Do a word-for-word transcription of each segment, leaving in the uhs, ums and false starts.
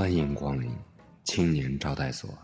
欢迎光临青年招待所。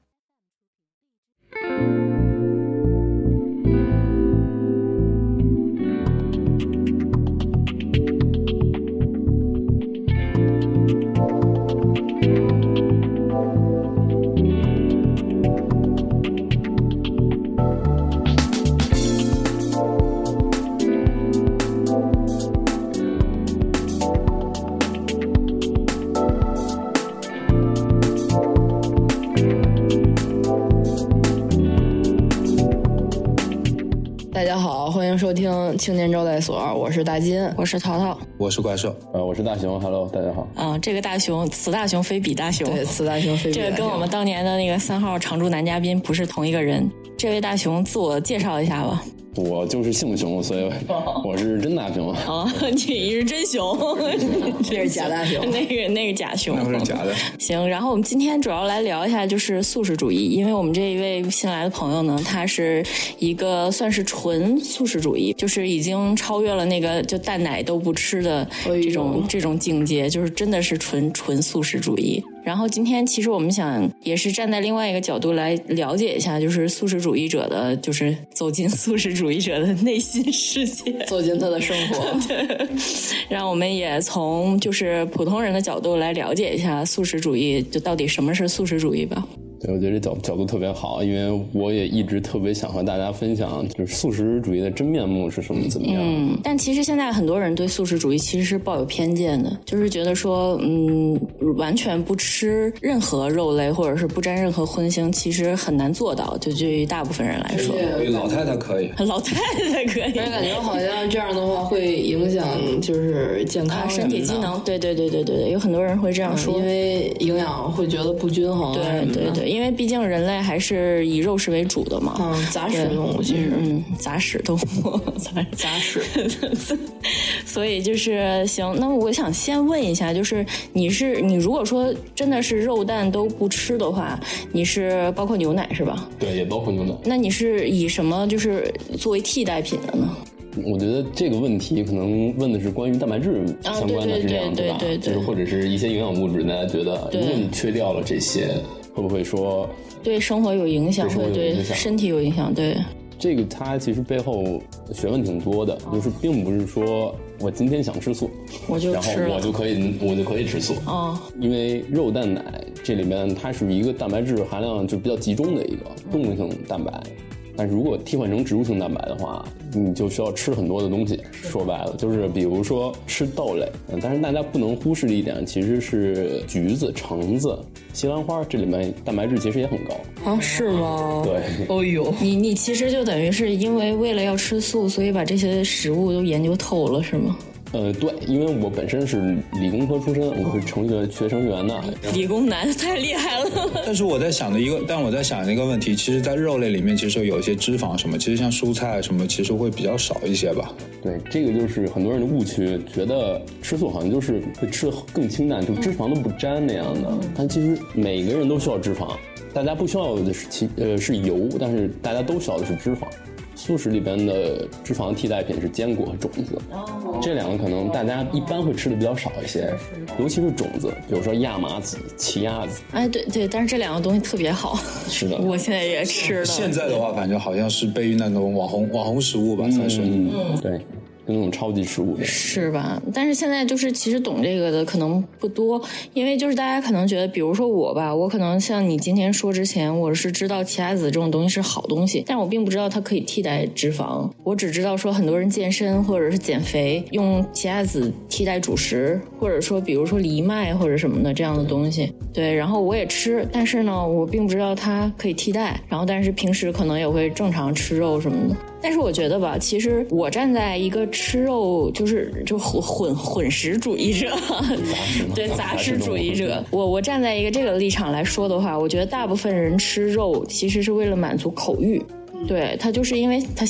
大家好，欢迎收听青年招待所，我是大金， 我是淘淘， 我是怪兽， 呃，我是大熊 ，Hello， 大家好。 啊、呃，这个大熊，此大熊非彼大熊， 对，此大熊非彼大熊， 这个跟我们当年的那个三号常驻男嘉宾不是同一个人。这位大熊，自我介绍一下吧。 我就是姓熊，所以我是真大熊。 哦，你是真熊， 这是假大熊， 那个那个假熊， 那是假的。 行，然后我们今天主要来聊一下就是素食主义，因为我们这一位新来的朋友呢，他是一个算是纯素食主义，就是已经超越了那个就蛋奶都不吃的这种、哎、这种境界，就是真的是纯纯素食主义。然后今天其实我们想也是站在另外一个角度来了解一下，就是素食主义者的，就是走进素食主义者的内心世界， 走进他的生活。 对，让我们也从就是普通人的角度来了解一下素食主义，就到底什么是素食主义吧。 对，我觉得这角角度特别好，因为我也一直特别想和大家分享，就是素食主义的真面目是什么，怎么样？ 嗯，但其实现在很多人对素食主义其实是抱有偏见的，就是觉得说，嗯，完全不吃任何肉类或者是不沾任何荤腥，其实很难做到。就对于大部分人来说， 老太太可以， 老太太可以， 但是感觉好像这样的话会影响就是健康、 啊、身体机能。对对对对对对，有很多人会这样说， 嗯、因为营养会觉得不均衡。 对对对。因为毕竟人类还是以肉食为主的嘛， 嗯，杂食动物其实， 嗯，杂食动物，杂杂食， 所以就是行。那我想先问一下，就是你是你如果说真的是肉蛋都不吃的话，你是包括牛奶是吧？ 对，也包括牛奶。 那你是以什么就是作为替代品的呢？ 我觉得这个问题可能问的是关于蛋白质相关的，是这样对吧？就是或者是一些营养物质，大家觉得如果你缺掉了这些，会不会说对生活有影响，会对身体有影响？对， 这个它其实背后学问挺多的，就是并不是说我今天想吃素， 我就吃了， 然后我就可以我就可以吃素哦。 因为肉蛋奶这里面它是一个蛋白质含量就比较集中的一个动物性蛋白。但是如果替换成植物性蛋白的话，你就需要吃很多的东西。说白了，就是比如说吃豆类，但是大家不能忽视的一点，其实是橘子、橙子、西兰花，这里面蛋白质其实也很高啊？是吗？ 对。 哦呦， 你你其实就等于是因为为了要吃素，所以把这些食物都研究透了，是吗？ 呃，对，因为我本身是理工科出身，我是程序学程序员的。 理工男太厉害了。 但是我在想的一个，但我在想一个问题，其实，在肉类里面，其实有一些脂肪什么，其实像蔬菜什么，其实会比较少一些吧。 对，这个就是很多人的误区，觉得吃素好像就是会吃得更清淡，就脂肪都不沾那样的。但其实每个人都需要脂肪，大家不需要的是其呃是油，但是大家都需要的是脂肪。素食里边的脂肪替代品是坚果和种子，这两个可能大家一般会吃的比较少一些，尤其是种子，比如说亚麻籽、奇亚籽。 哎，对对，但是这两个东西特别好。 是的， 我现在也吃了。 现在的话，感觉好像是被那种网红网红食物吧，算是。 嗯，对。那种超级食物的是吧？但是现在就是其实懂这个的可能不多，因为就是大家可能觉得，比如说我吧，我可能像你今天说之前，我是知道奇亚籽这种东西是好东西，但我并不知道它可以替代脂肪。我只知道说很多人健身或者是减肥用奇亚籽替代主食，或者说比如说藜麦或者什么的这样的东西。对，然后我也吃，但是呢，我并不知道它可以替代。然后但是平时可能也会正常吃肉什么的。但是我觉得吧，其实我站在一个吃肉就是就混混混食主义者，对杂食主义者，我我站在一个这个立场来说的话，我觉得大部分人吃肉其实是为了满足口欲。对，它就是因为它香，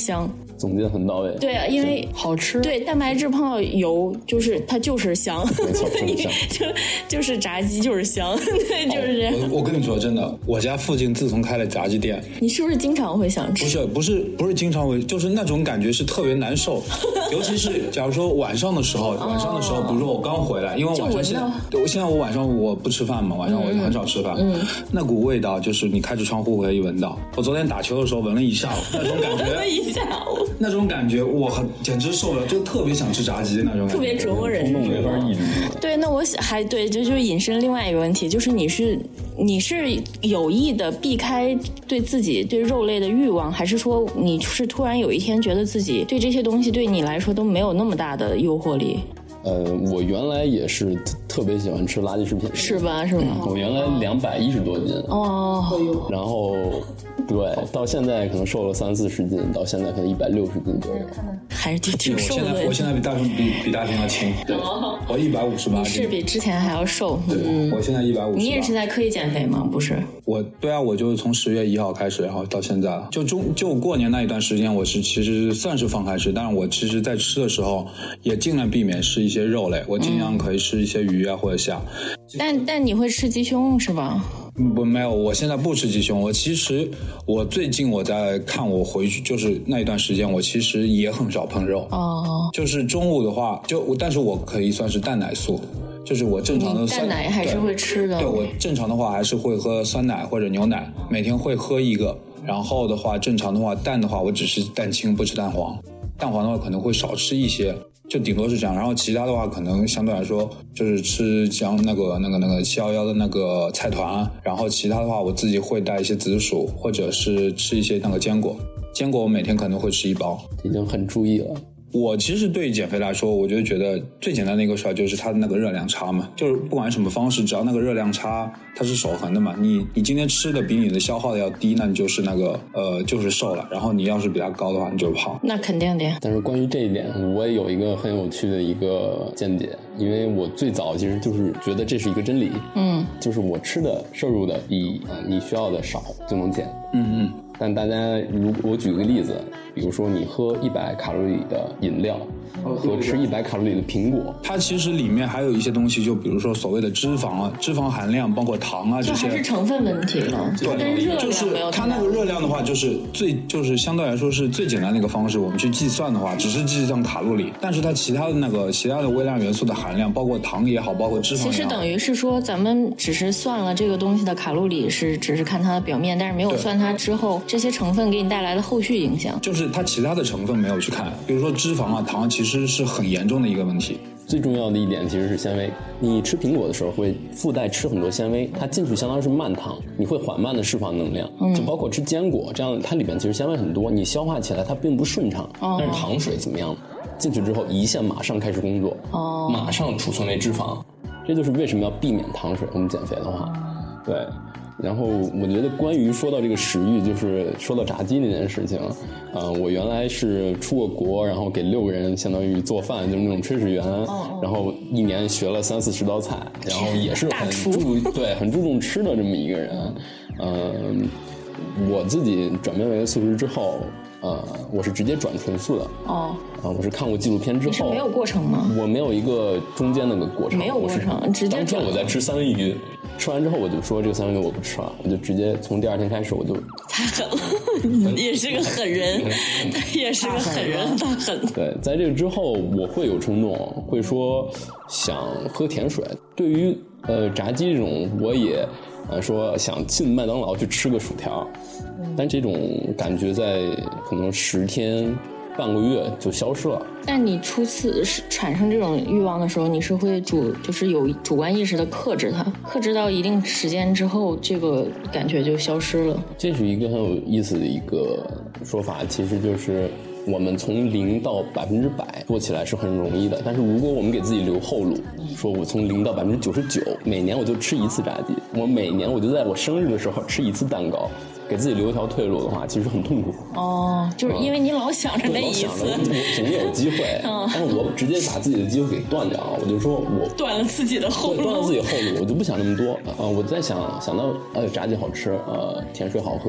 总结很到位。 对啊，因为好吃。 对，蛋白质碰到油，就是它就是香， 没错，真香。 就就是炸鸡就是香，对，就是这样。 我我跟你说真的，我家附近自从开了炸鸡店， 你是不是经常会想吃？ 不是不是不是经常会，就是那种感觉是特别难受，尤其是假如说晚上的时候，晚上的时候，比如说我刚回来，因为晚上现在，我现在我晚上我不吃饭嘛，晚上我很少吃饭，嗯，那股味道就是你开着窗户可以闻到。我昨天打球的时候闻了一下午，那种感觉，闻了一下午，那种感觉我很简直受不了，就特别想吃炸鸡那种感觉， 特别折磨人， 冲动没法抑制。 对，那我还对，这就引申另外一个问题，就是你是你是有意的避开对自己对肉类的欲望，还是说你是突然有一天觉得自己对这些东西对你来说都没有那么大的诱惑力？ 呃，我原来也是特别喜欢吃垃圾食品， 是吧？是吧？ 我原来两百一十多斤哦， 然后对，到现在可能瘦了三四十斤，到现在可能一百六十斤左右， 还是挺挺瘦的。 我现在我现在比大雄比比大雄要轻，对，我一百五十八斤， 是比之前还要瘦。 对，嗯、我现在一百五十。 你也是在刻意减肥吗？不是， 我对啊，我就是从十月一号开始，然后到现在，就中就过年那一段时间，我是其实算是放开吃，但是我其实在吃的时候也尽量避免吃一些肉类，我尽量可以吃一些鱼啊或者虾。 但但你会吃鸡胸是吧？ 不，没有，我现在不吃鸡胸。我其实我最近我在看我回去，就是那一段时间，我其实也很少碰肉。 哦， 就是中午的话，就但是我可以算是蛋奶素。就是我正常的蛋奶还是会吃的。 对，我正常的话还是会喝酸奶或者牛奶，每天会喝一个。然后的话，正常的话，蛋的话我只吃蛋清不吃蛋黄，蛋黄的话可能会少吃一些，就顶多是这样。然后其他的话可能相对来说就是吃像那个那个那个七一一的那个菜团，然后其他的话我自己会带一些紫薯，或者是吃一些那个坚果。坚果我每天可能会吃一包， 已经很注意了。 我其实对减肥来说，我就觉得最简单的一个事儿就是它的那个热量差嘛，就是不管什么方式，只要那个热量差它是守恒的嘛，你你今天吃的比你的消耗的要低，那你就是那个呃就是瘦了，然后你要是比它高的话，你就是胖。 那肯定的。 但是关于这一点，我也有一个很有趣的一个见解，因为我最早其实就是觉得这是一个真理，嗯，就是我吃的摄入的比呃你需要的少就能减，嗯嗯。但大家如果我举个例子，比如说你喝一百卡路里的饮料和吃一百卡路里的苹果， 它其实里面还有一些东西，就比如说所谓的脂肪啊、脂肪含量，包括糖啊这些， 就还是成分问题了。 对， 跟热量就是没有它那个热量的话，就是最就是相对来说是最简单的一个方式。我们去计算的话，只是计算卡路里，但是它其他的那个其他的微量元素的含量，包括糖也好，包括脂肪也好， 其实等于是说咱们只是算了这个东西的卡路里，是只是看它的表面，但是没有算它之后这些成分给你带来的后续影响。 就是它其他的成分没有去看，比如说脂肪啊、糖，其实是很严重的一个问题。 最重要的一点其实是纤维，你吃苹果的时候会附带吃很多纤维，它进去相当于是慢糖，你会缓慢的释放能量，嗯，就包括吃坚果这样，它里面其实纤维很多，你消化起来它并不顺畅，哦，但是糖水怎么样？进去之后胰腺马上开始工作，哦，马上储存为脂肪，这就是为什么要避免糖水。我们减肥的话，对。然后我觉得关于说到这个食欲，就是说到炸鸡这件事情，呃，我原来是出过国，然后给六个人相当于做饭，就是那种炊事员，然后一年学了三四十道菜，然后也是很注对很注重吃的这么一个人。嗯、呃，我自己转变为素食之后，呃，我是直接转纯素的。哦，啊，我是看过纪录片之后， 你是没有过程吗？ 我没有一个中间那个过程， 没有过程，直接当天我在吃三文鱼。吃完之后我就说这个三文鱼我不吃了，我就直接从第二天开始我就太狠了，你也是个狠人，也是个狠人，太狠。 对，在这个之后我会有冲动，会说想喝甜水。对于呃炸鸡这种，我也呃说想进麦当劳去吃个薯条，但这种感觉在可能十天。半个月就消失了。 但你初次产生这种欲望的时候，你是会主就是有主观意识的克制它，克制到一定时间之后，这个感觉就消失了。 这是一个很有意思的一个说法，其实就是我们从零到百分之百做起来是很容易的，但是如果我们给自己留后路，说我从零到百分之九十九，每年我就吃一次炸鸡，我每年我就在我生日的时候吃一次蛋糕。给自己留一条退路的话，其实很痛苦。 哦，就是因为你老想着那一次， 我总有机会，嗯、但是我直接把自己的机会给断掉了。我就说我断了自己的后路， 断了自己后路，我就不想那么多。呃，我在想想到呃炸鸡好吃，呃甜水好喝，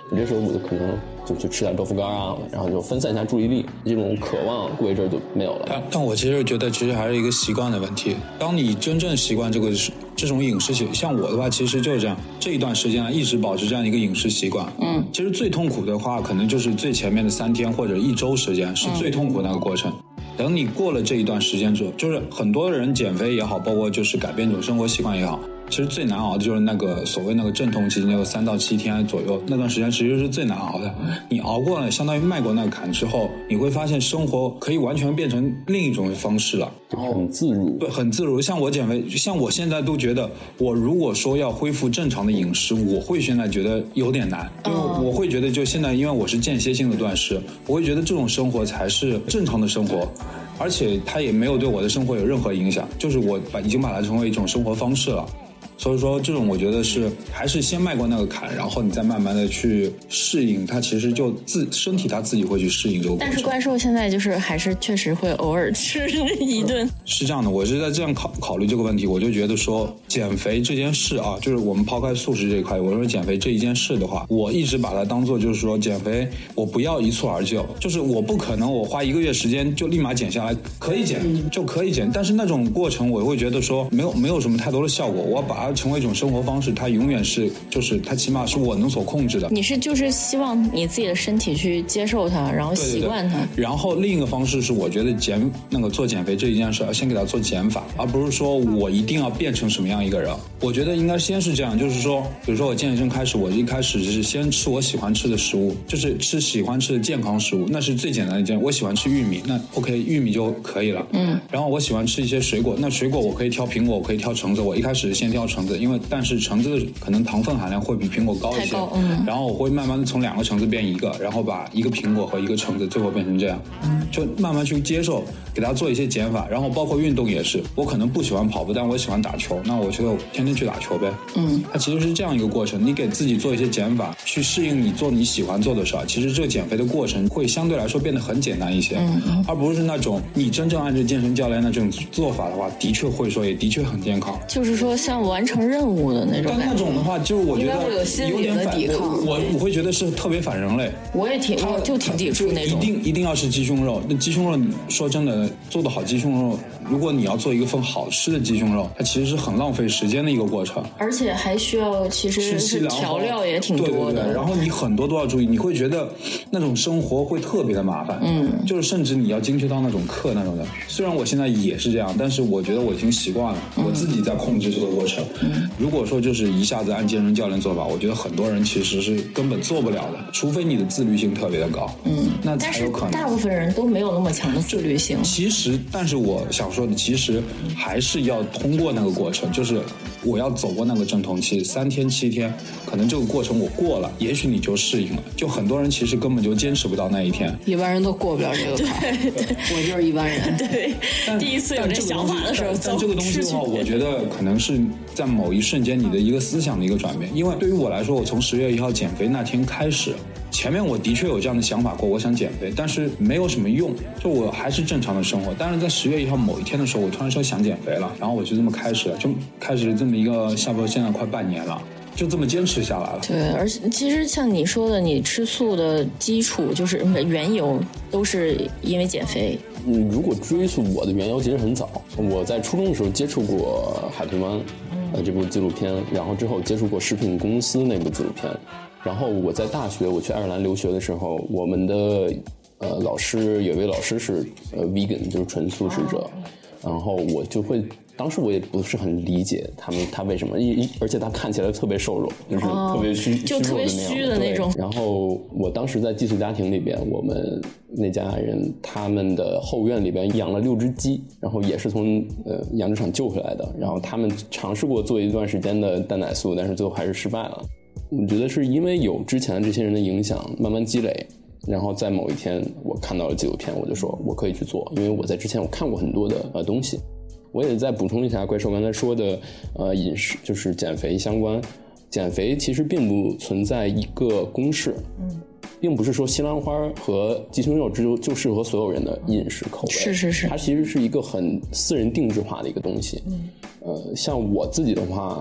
这时候我就可能就去吃点豆腐干啊，然后就分散一下注意力，这种渴望过一阵就没有了。 但但我其实觉得，其实还是一个习惯的问题。当你真正习惯这个这种饮食习，像我的话，其实就是这样，这一段时间啊，一直保持这样一个饮食习惯。嗯，其实最痛苦的话，可能就是最前面的三天或者一周时间是最痛苦的那个过程。嗯，等你过了这一段时间之后，就是很多人减肥也好，包括就是改变这种生活习惯也好，其实最难熬的就是那个所谓那个阵痛期，那个三到七天左右那段时间，其实是最难熬的。你熬过了，相当于迈过那个坎之后，你会发现生活可以完全变成另一种方式了， 很自如。 对，很自如。像我减肥，像我现在都觉得，我如果说要恢复正常的饮食，我会现在觉得有点难，因为我会觉得，就现在因为我是间歇性的断食，我会觉得这种生活才是正常的生活。而且它也没有对我的生活有任何影响，就是我把已经把它成为一种生活方式了。所以说这种我觉得是还是先迈过那个坎，然后你再慢慢的去适应它，其实就自身体它自己会去适应这个过程。 但是怪兽现在就是还是确实会偶尔吃一顿。 是这样的，我是在这样考考虑这个问题，我就觉得说减肥这件事啊，就是我们抛开素食这一块，我说减肥这一件事的话，我一直把它当做就是说减肥我不要一蹴而就，就是我不可能我花一个月时间就立马减下来，可以减就可以减，但是那种过程我会觉得说没有没有什么太多的效果，我要把它成为一种生活方式，它永远是就是它起码是我能所控制的。 你是就是希望你自己的身体去接受它，然后习惯它。 对对对，然后另一个方式是我觉得减那个做减肥这一件事要先给它做减法，而不是说我一定要变成什么样一个人。我觉得应该先是这样，就是说比如说我健身开始，我一开始是先吃我喜欢吃的食物，就是吃喜欢吃的健康食物，那是最简单的一件。我喜欢吃玉米，那 OK 玉米就可以了。嗯，然后我喜欢吃一些水果，那水果我可以挑苹果，我可以挑橙子，我一开始先挑橙子，因为但是橙子的可能糖分含量会比苹果高一些，嗯，然后我会慢慢的从两个橙子变一个，然后把一个苹果和一个橙子最后变成这样，嗯，就慢慢去接受，给它做一些减法。然后包括运动也是，我可能不喜欢跑步，但我喜欢打球，那我觉得我天天去打球呗，嗯，它其实是这样一个过程，你给自己做一些减法，去适应你做你喜欢做的事儿，其实这个减肥的过程会相对来说变得很简单一些，嗯，而不是那种你真正按照健身教练那种做法的话，的确会说也的确很健康， 就是说像完成任务的那种感觉。 但那种的话，就是我觉得有点反， 我我我会觉得是特别反人类。 我也挺，我就挺抵触那种。 一定一定要是鸡胸肉，那鸡胸肉说真的，做得好鸡胸肉，如果你要做一个份好吃的鸡胸肉，它其实是很浪费时间的一个过程， 而且还需要其实是调料也挺多的。 对对对，然后你很多都要注意，你会觉得那种生活会特别的麻烦，嗯，就是甚至你要精确到那种克那种的。虽然我现在也是这样，但是我觉得我已经习惯了，嗯，我自己在控制这个过程。嗯，如果说就是一下子按健身教练做法，我觉得很多人其实是根本做不了的，除非你的自律性特别的高，嗯，那才有可能。 但是大部分人都没有那么强的自律性。 其实，但是我想说的，其实还是要通过那个过程，就是我要走过那个阵痛期，三天七天，可能这个过程我过了，也许你就适应了。就很多人其实根本就坚持不到那一天， 一般人都过不了这个坎。我就是一般人。 对，第一次有这想法的时候， 但这个东西的话，我觉得可能是在某一瞬间你的一个思想的一个转变。因为对于我来说，我从十月一号减肥那天开始，前面我的确有这样的想法过，我想减肥，但是没有什么用，就我还是正常的生活。但是在十月一号某一天的时候，我突然说想减肥了，然后我就这么开始了，就开始这么一个，差不多现在快半年了。就这么坚持下来了。 对，而且其实像你说的，你吃素的基础就是缘由都是因为减肥。 嗯，如果追溯我的缘由，其实很早。我在初中的时候接触过《海豚湾》呃这部纪录片，然后之后接触过《食品公司》那部纪录片。然后我在大学，我去爱尔兰留学的时候，我们的呃老师有一位老师是呃 vegan， 就是纯素食者，然后我就会。当时我也不是很理解他们他为什么，一而且他看起来特别瘦弱，就是特别虚、哦、 就特别虚的那种。 然后我当时在寄宿家庭里边，我们那家人他们的后院里边养了六只鸡，然后也是从呃养殖场救回来的。然后他们尝试过做一段时间的蛋奶素，但是最后还是失败了。我觉得是因为有之前这些人的影响，慢慢积累。然后在某一天我看到了纪录片，我就说我可以去做，因为我在之前我看过很多的呃东西。我也再补充一下怪兽刚才说的呃饮食，就是减肥相关。减肥其实并不存在一个公式，嗯，并不是说西兰花和鸡胸肉就就适合所有人的饮食口味， 是是是， 它其实是一个很私人定制化的一个东西。嗯，呃，像我自己的话，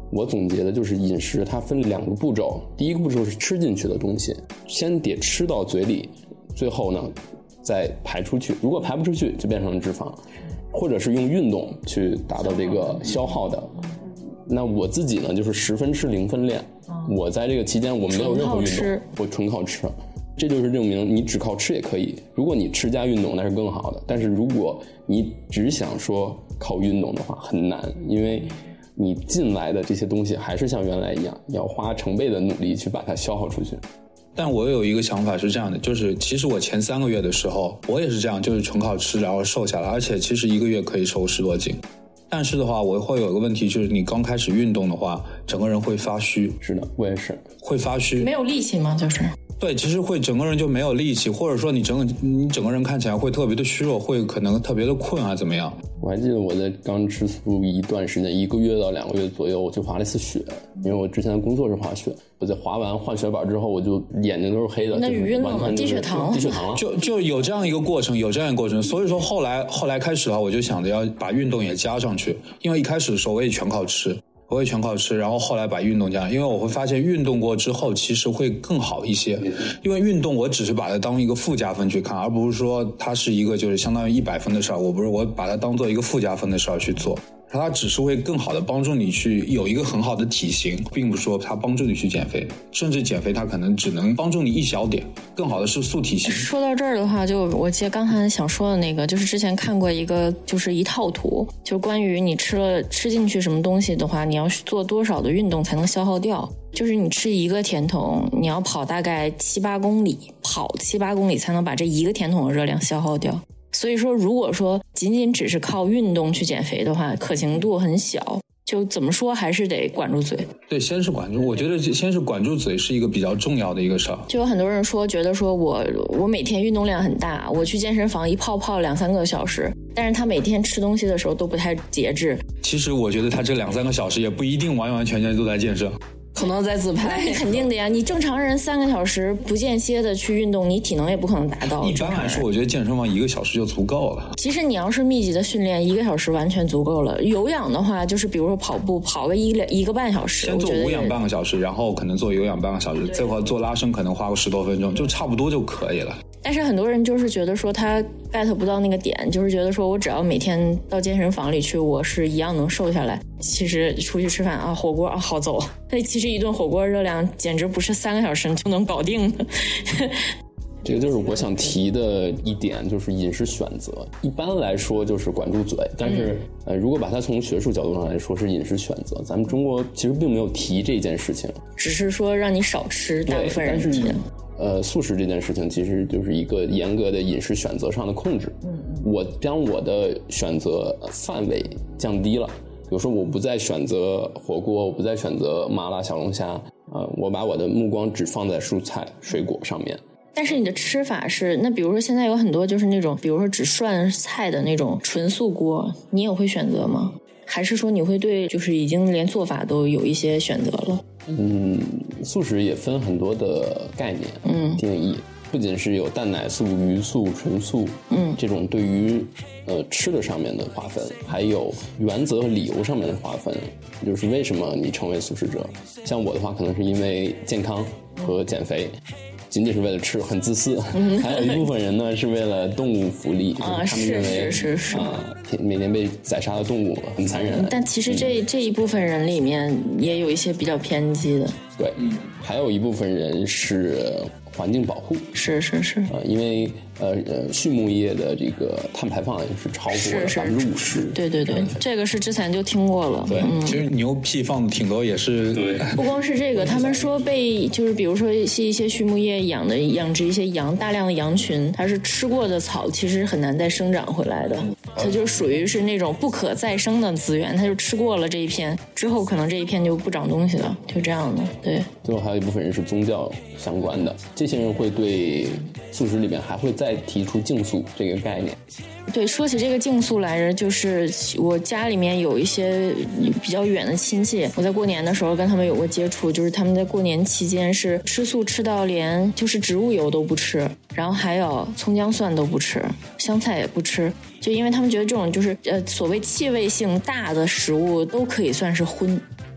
我总结的就是饮食它分两个步骤，第一个步骤是吃进去的东西，先得吃到嘴里，最后呢再排出去，如果排不出去就变成了脂肪，或者是用运动去达到这个消耗的。那我自己呢就是十分吃零分练，我在这个期间我没有任何运动，我纯靠吃，这就是证明你只靠吃也可以，如果你吃加运动那是更好的，但是如果你只想说靠运动的话很难，因为你进来的这些东西还是像原来一样，你要花成倍的努力去把它消耗出去。 但我有一个想法是这样的，就是其实我前三个月的时候我也是这样，就是纯靠吃然后瘦下来，而且其实一个月可以瘦十多斤。但是的话我会有一个问题，就是你刚开始运动的话整个人会发虚。 是的，我也是会发虚， 没有力气吗？就是对，其实会整个人就没有力气，或者说你整个你整个人看起来会特别的虚弱，会可能特别的困啊怎么样。 我还记得我在刚吃素一段时间，一个月到两个月左右，我就滑了一次雪，因为我之前的工作是滑雪，我在滑完换雪板之后我就眼睛都是黑的。 那晕了吗？低血糖低血糖了， 就就有这样一个过程有这样一个过程。所以说后来后来开始的话我就想着要把运动也加上去，因为一开始的时候我也全靠吃我会全靠吃，然后后来把运动加上，因为我会发现运动过之后其实会更好一些，因为运动我只是把它当一个附加分去看，而不是说它是一个就是相当于一百分的事儿，我不是我把它当做一个附加分的事儿去做，它只是会更好的帮助你去有一个很好的体型，并不是说它帮助你去减肥，甚至减肥它可能只能帮助你一小点，更好的是塑体型。 说到这儿的话，就我记得刚才想说的那个，就是之前看过一个就是一套图，就是关于你吃了吃进去什么东西的话，你要做多少的运动才能消耗掉，就是你吃一个甜筒你要跑大概七八公里，跑七八公里才能把这一个甜筒的热量消耗掉。所以说如果说仅仅只是靠运动去减肥的话，可行度很小，就怎么说还是得管住嘴。 对，先是管住，我觉得先是管住嘴是一个比较重要的一个事儿。 就有很多人说觉得说我我每天运动量很大，我去健身房一泡泡两三个小时，但是他每天吃东西的时候都不太节制。 其实我觉得他这两三个小时也不一定完完全全都在健身， 可能在自拍。 那你肯定的呀，你正常人三个小时不间歇的去运动，你体能也不可能达到。 一般来说我觉得健身房一个小时就足够了。 其实你要是密集的训练，一个小时完全足够了。有氧的话就是比如说跑步跑个一一个半小时， 先做无氧半个小时，然后可能做有氧半个小时，最后做拉伸可能花个十多分钟，就差不多就可以了。 但是很多人就是觉得说他 get 不到那个点，就是觉得说我只要每天到健身房里去，我是一样能瘦下来。其实出去吃饭啊，火锅啊好走，那其实一顿火锅热量简直不是三个小时就能搞定的。 这个就是我想提的一点，就是饮食选择。一般来说就是管住嘴，但是、嗯、呃，如果把它从学术角度上来说是饮食选择，咱们中国其实并没有提这件事情， 只是说让你少吃，大部分人提的。 呃，素食这件事情其实就是一个严格的饮食选择上的控制。嗯，我将我的选择范围降低了，比如说我不再选择火锅，我不再选择麻辣小龙虾，呃，我把我的目光只放在蔬菜水果上面。 但是你的吃法是，那比如说现在有很多就是那种比如说只涮菜的那种纯素锅，你也会选择吗？还是说你会对就是已经连做法都有一些选择了？ 嗯，素食也分很多的概念，嗯，定义不仅是有蛋奶素、鱼素、纯素，嗯，这种对于呃吃的上面的划分，还有原则和理由上面的划分，就是为什么你成为素食者。像我的话，可能是因为健康和减肥。仅仅是为了吃很自私、嗯、还有一部分人呢是为了动物福利、 啊、 就是他们认为是是是是、 啊、每年被宰杀的动物很残忍， 但其实这、嗯、这一部分人里面也有一些比较偏激的， 对，还有一部分人是环境保护， 是是是、 呃、因为呃呃畜牧业的这个碳排放是超过了百分之五十， 对对对，这个是之前就听过了。 对，嗯、其实牛屁放的挺多，也是对。 不光是这个，他们说被就是比如说是一些畜牧业养的养殖一些羊，大量的羊群，它是吃过的草，其实很难再生长回来的，它就属于是那种不可再生的资源，它就吃过了这一片之后，可能这一片就不长东西了，就这样的。对， 最后还有一部分人是宗教相关的，这些人会对素食里面还会再提出净素这个概念。 对，说起这个净素来着，就是我家里面有一些比较远的亲戚，我在过年的时候跟他们有过接触，就是他们在过年期间是吃素吃到连就是植物油都不吃，然后还有葱姜蒜都不吃，香菜也不吃，就因为他们觉得这种就是呃所谓气味性大的食物都可以算是荤。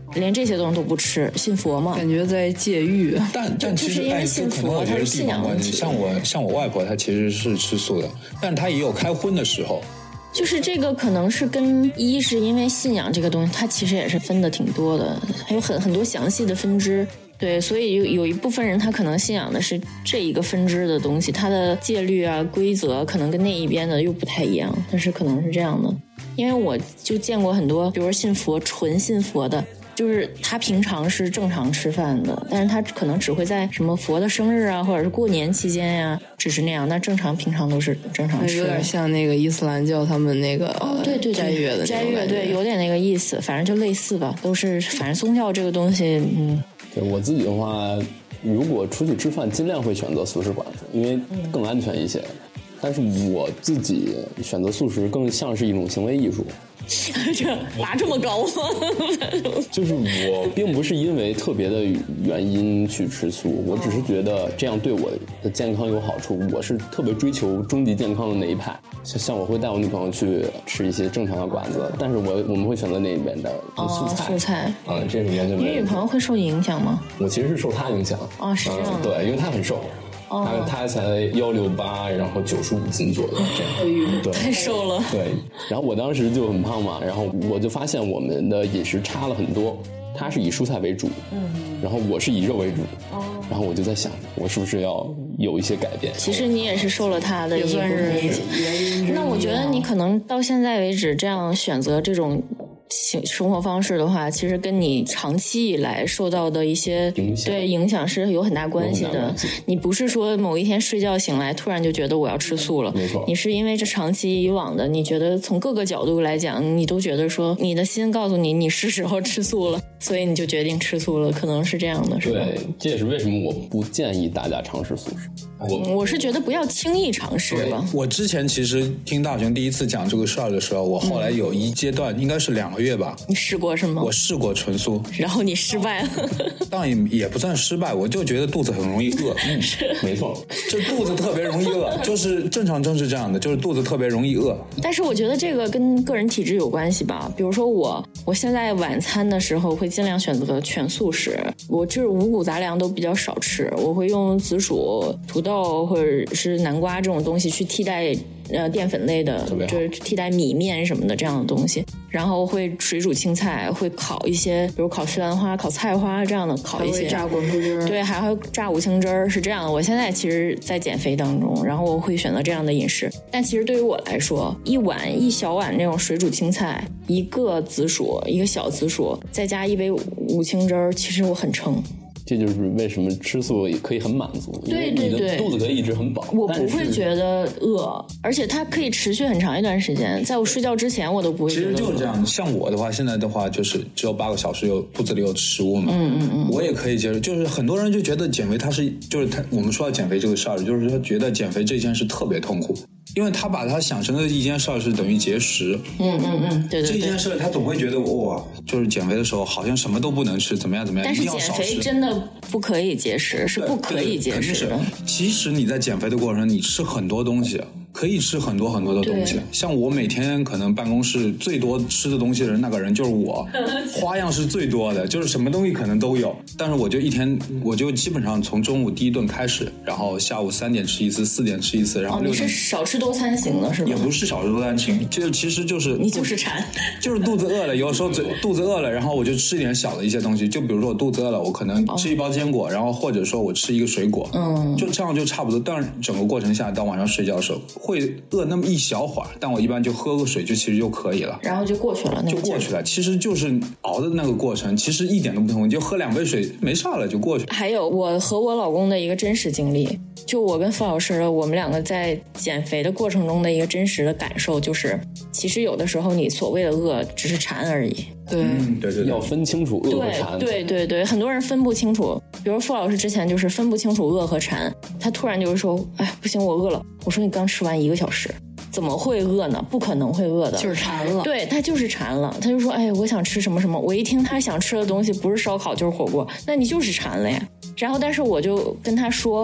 连这些东西都不吃，信佛嘛？ 感觉在戒欲。 但但其实哎，这可能我觉得地方关系。像我像我外婆，她其实是吃素的，但她也有开荤的时候。 就是这个可能是跟一是因为信仰这个东西，它其实也是分的挺多的，还有很很多详细的分支。对，所以有有一部分人他可能信仰的是这一个分支的东西，他的戒律啊规则可能跟那一边的又不太一样，但是可能是这样的。因为我就见过很多，比如说信佛纯信佛的，就是他平常是正常吃饭的，但是他可能只会在什么佛的生日啊或者是过年期间呀、啊、只是那样，那正常平常都是正常吃的。 有点像那个伊斯兰教他们那个哦对对对斋月的斋月，对，有点那个意思，反正就类似吧，都是反正宗教这个东西嗯。 对我自己的话，如果出去吃饭尽量会选择素食馆子，因为更安全一些、嗯、但是我自己选择素食更像是一种行为艺术。 这拔这么高吗？ 就是我并不是因为特别的原因去吃素，我只是觉得这样对我的健康有好处，我是特别追求终极健康的那一派。像我会带我女朋友去吃一些正常的馆子，但是我我们会选择那边的素菜。哦、素菜，嗯，这是完全没有。 你女朋友会受影响吗？ 我其实是受她影响。 哦，是这样、嗯。 对，因为她很瘦。他他才幺六八，然后九十五斤左右，这样，对， 太瘦了。 对，然后我当时就很胖嘛，然后我就发现我们的饮食差了很多。他是以蔬菜为主，嗯，然后我是以肉为主，哦，然后我就在想，我是不是要有一些改变？ 其实你也是受了他的一部分原因。那我觉得你可能到现在为止这样选择这种生活方式的话，其实跟你长期以来受到的一些影响， 对影响是有很大关系的。你不是说某一天睡觉醒来突然就觉得我要吃素了， 没错， 你是因为这长期以往的，你觉得从各个角度来讲，你都觉得说你的心告诉你你是时候吃素了，所以你就决定吃素了，可能是这样的，是吧？ 对，这也是为什么我不建议大家尝试素食。 我我是觉得不要轻易尝试吧。 我之前其实听大雄第一次讲这个事儿的时候，我后来有一阶段、嗯、应该是两个月吧。 你试过是吗？ 我试过纯素， 然后你失败了。 当然也也不算失败，我就觉得肚子很容易饿。 嗯，没错， 就肚子特别容易饿，就是正常正是这样的，就是肚子特别容易饿。 但是我觉得这个跟个人体质有关系吧。比如说我，我现在晚餐的时候会尽量选择全素食，我就是五谷杂粮都比较少吃，我会用紫薯、土豆或者是南瓜这种东西去替代呃淀粉类的，就是替代米面什么的这样的东西，然后会水煮青菜，会烤一些比如烤西兰花、烤菜花这样的，烤一些炸滚珠汁， 对，还会炸五星汁儿，是这样的。我现在其实在减肥当中，然后我会选择这样的饮食，但其实对于我来说，一碗一小碗那种水煮青菜，一个紫薯，一个小紫薯，再加一杯五星汁儿，其实我很撑。 这就是为什么吃素也可以很满足， 对对对， 因为你的肚子可以一直很饱。 我不会觉得饿，而且它可以持续很长一段时间，在我睡觉之前我都不会觉得饿。 其实就是这样，像我的话，现在的话就是只有八个小时有肚子里有食物嘛， 嗯嗯嗯， 我也可以接受。就是很多人就觉得减肥它是，就是他我们说到减肥这个事儿，就是他觉得减肥这件事特别痛苦。因为他把他想成的一件事是等于节食， 嗯嗯嗯，对对对， 这件事他总会觉得哇，就是减肥的时候好像什么都不能吃，怎么样怎么样， 但是减肥真的不可以节食，是不可以节食的。 其实你在减肥的过程，你吃很多东西。可以吃很多很多的东西，像我每天可能办公室最多吃的东西的人，那个人就是我，花样是最多的，就是什么东西可能都有。但是我就一天，我就基本上从中午第一顿开始，然后下午三点吃一次，四点吃一次，然后六点。 哦，你是少吃多餐型的是吗？ 也不是少吃多餐型，就其实就是你就是馋， 就是肚子饿了，有时候肚子饿了，然后我就吃一点小的一些东西，就比如说我肚子饿了，我可能吃一包坚果，然后或者说我吃一个水果， 嗯， 就这样就差不多。但是整个过程下到晚上睡觉的时候会饿那么一小会儿，但我一般就喝个水就其实就可以了， 然后就过去了，那就过去了。其实就是熬的那个过程，其实一点都不痛苦，你就喝两杯水没啥了就过去。 还有我和我老公的一个真实经历，就我跟付老师我们两个在减肥的过程中的一个真实的感受，就是其实有的时候你所谓的饿只是馋而已。 对、 嗯、对对对， 要分清楚饿和馋。 对对对对，很多人分不清楚，比如付老师之前就是分不清楚饿和馋，他突然就是说，哎，不行，我饿了。我说你刚吃完一个小时。怎么会饿呢？不可能会饿的， 就是馋了。 对，他就是馋了，他就说：“哎，我想吃什么什么。”我一听他想吃的东西不是烧烤就是火锅，那你就是馋了呀。然后，但是我就跟他说，我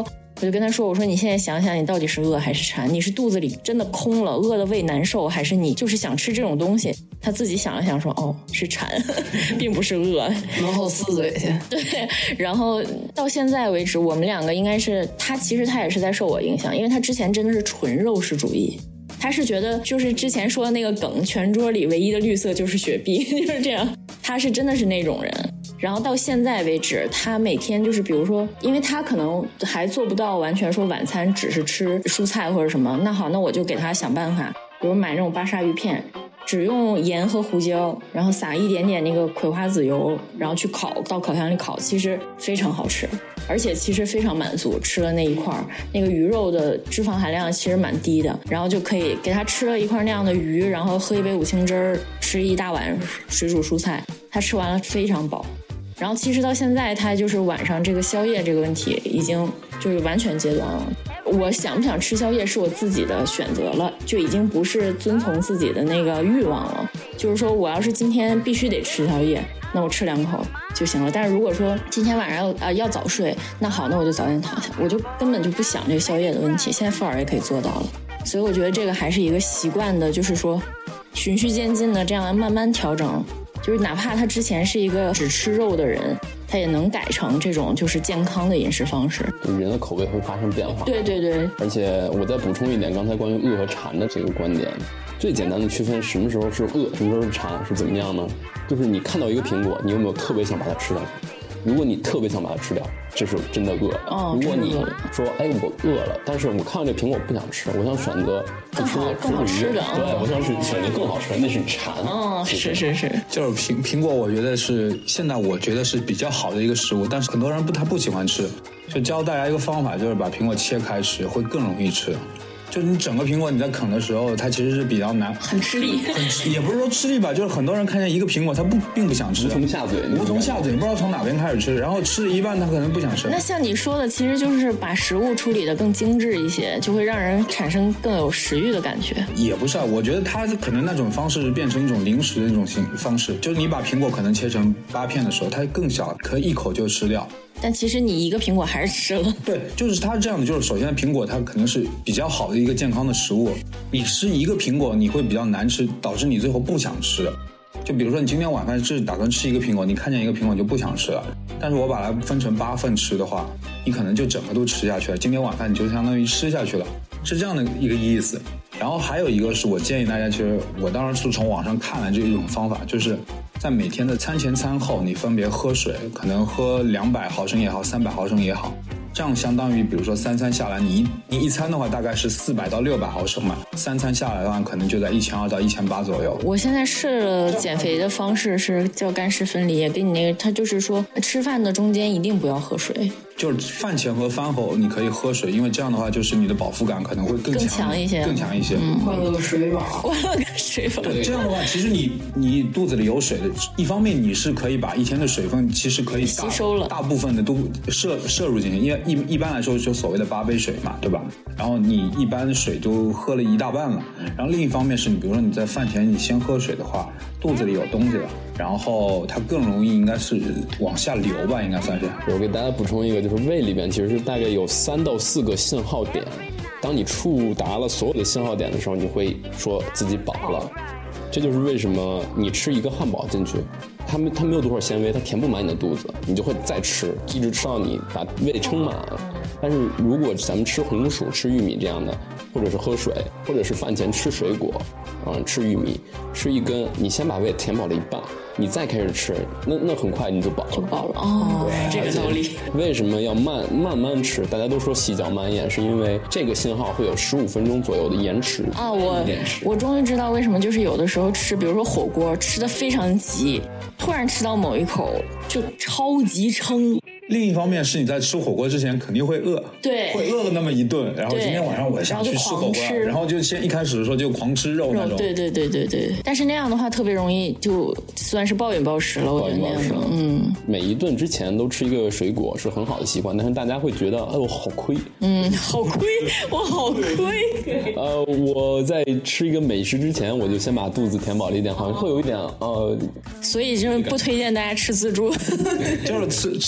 我就跟他说，我说你现在想想，你到底是饿还是馋？你是肚子里真的空了，饿的胃难受，还是你就是想吃这种东西？他自己想了想说，哦，是馋，并不是饿。 往后撕嘴去。 对，然后到现在为止，我们两个应该是他，其实他也是在受我影响，因为他之前真的是纯肉食主义。他是觉得就是之前说的那个梗，全桌里唯一的绿色就是雪碧，就是这样。他是真的是那种人。然后到现在为止，他每天就是比如说，因为他可能还做不到完全说晚餐只是吃蔬菜或者什么，那好，那我就给他想办法，比如买那种巴沙鱼片，只用盐和胡椒，然后撒一点点那个葵花籽油，然后去烤，到烤箱里烤，其实非常好吃，而且其实非常满足。吃了那一块那个鱼肉的脂肪含量其实蛮低的，然后就可以给他吃了一块那样的鱼，然后喝一杯五青汁儿，吃一大碗水煮蔬菜，他吃完了非常饱。然后其实到现在他就是晚上这个宵夜这个问题已经就是完全戒断了。我想不想吃宵夜是我自己的选择了，就已经不是遵从自己的那个欲望了。就是说我要是今天必须得吃宵夜，那我吃两口就行了。但是如果说今天晚上要啊、呃、要早睡，那好，那我就早点躺下，我就根本就不想这个宵夜的问题。现在富尔也可以做到了，所以我觉得这个还是一个习惯的，就是说循序渐进的这样慢慢调整。就是哪怕他之前是一个只吃肉的人，他也能改成这种就是健康的饮食方式。 就是人的口味会发生变化。 对对对。 而且我再补充一点，刚才关于饿和馋的这个观点，最简单的区分什么时候是饿，什么时候是馋是怎么样呢？就是你看到一个苹果，你有没有特别想把它吃下去？如果你特别想把它吃掉，这是真的饿。 哦， 如果你说，哎，我饿了，但是我看到这苹果不想吃，我想选择更好更好吃的， 对，我想选择更好吃的，那是馋。 哦，是是是， 就是苹苹果，我觉得是现在我觉得是比较好的一个食物，但是很多人不他不喜欢吃，就教大家一个方法，就是把苹果切开吃，会更容易吃。就是你整个苹果你在啃的时候，它其实是比较难， 很吃力， 很吃，也不是说吃力吧，就是很多人看见一个苹果，他不并不想吃， 无从下嘴， 无从下嘴，不知道从哪边开始吃，然后吃了一半他可能不想吃。 那像你说的，其实就是把食物处理的更精致一些，就会让人产生更有食欲的感觉。 也不是啊，我觉得他可能那种方式变成一种零食的那种形方式，就是你把苹果可能切成八片的时候，它更小，可以一口就吃掉。 但其实你一个苹果还是吃了。 对，就是它这样的，就是首先苹果它可能是比较好的一个健康的食物，你吃一个苹果你会比较难吃，导致你最后不想吃。就比如说你今天晚饭是打算吃一个苹果，你看见一个苹果就不想吃了，但是我把它分成八份吃的话，你可能就整个都吃下去了，今天晚饭你就相当于吃下去了，是这样的一个意思。然后还有一个是我建议大家，其实我当然是从网上看了这一种方法，就是在每天的餐前餐后你分别喝水，可能喝两百毫升也好，三百毫升也好，这样相当于比如说三餐下来，你一你一餐的话大概是四百到六百毫升嘛，三餐下来的话可能就在一千二到一千八左右。 我现在试了减肥的方式是叫干湿分离，也给你那个，他就是说吃饭的中间一定不要喝水， 就是饭前和饭后你可以喝水，因为这样的话就是你的饱腹感可能会更强更强一些， 更强一些。 嗯，灌了个水饱， 灌了个水饱。 对，这样的话，其实你你肚子里有水的，一方面你是可以把一天的水分其实可以吸收了， 大部分的都摄摄入进去，因为一一般来说就所谓的八杯水嘛，对吧？然后你一般水都喝了一大半了，然后另一方面是你比如说你在饭前你先喝水的话，肚子里有东西了，然后它更容易应该是往下流吧，应该算是。 我给大家补充一个，就是胃里边其实是大概有三到四个信号点，当你触达了所有的信号点的时候，你会说自己饱了。这就是为什么你吃一个汉堡进去，它没它没有多少纤维，它填不满你的肚子，你就会再吃，一直吃到你把胃撑满。但是如果咱们吃红薯、吃玉米这样的，或者是喝水，或者是饭前吃水果，嗯，吃玉米，吃一根，你先把胃填饱了一半，你再开始吃，那那很快你就饱了， 就饱了哦，这个道理。 为什么要慢慢慢吃？大家都说细嚼慢咽，是因为这个信号会有十五分钟左右的延迟啊。我我终于知道为什么，就是有的时候吃，比如说火锅，吃的非常急，突然吃到某一口就超级撑。 另一方面是你在吃火锅之前肯定会饿， 对， 会饿了那么一顿，然后今天晚上我想去吃火锅，然后就先一开始的时候就狂吃肉那种， 对对对对对。但是那样的话特别容易就算是暴饮暴食了，我觉得那样的，嗯。 每一顿之前都吃一个水果是很好的习惯，但是大家会觉得，哎呦好亏， 嗯，好亏，我好亏。 呃，我在吃一个美食之前，我就先把肚子填饱了一点，好像会有一点呃。 所以就是不推荐大家吃自助， 就是吃吃自助的。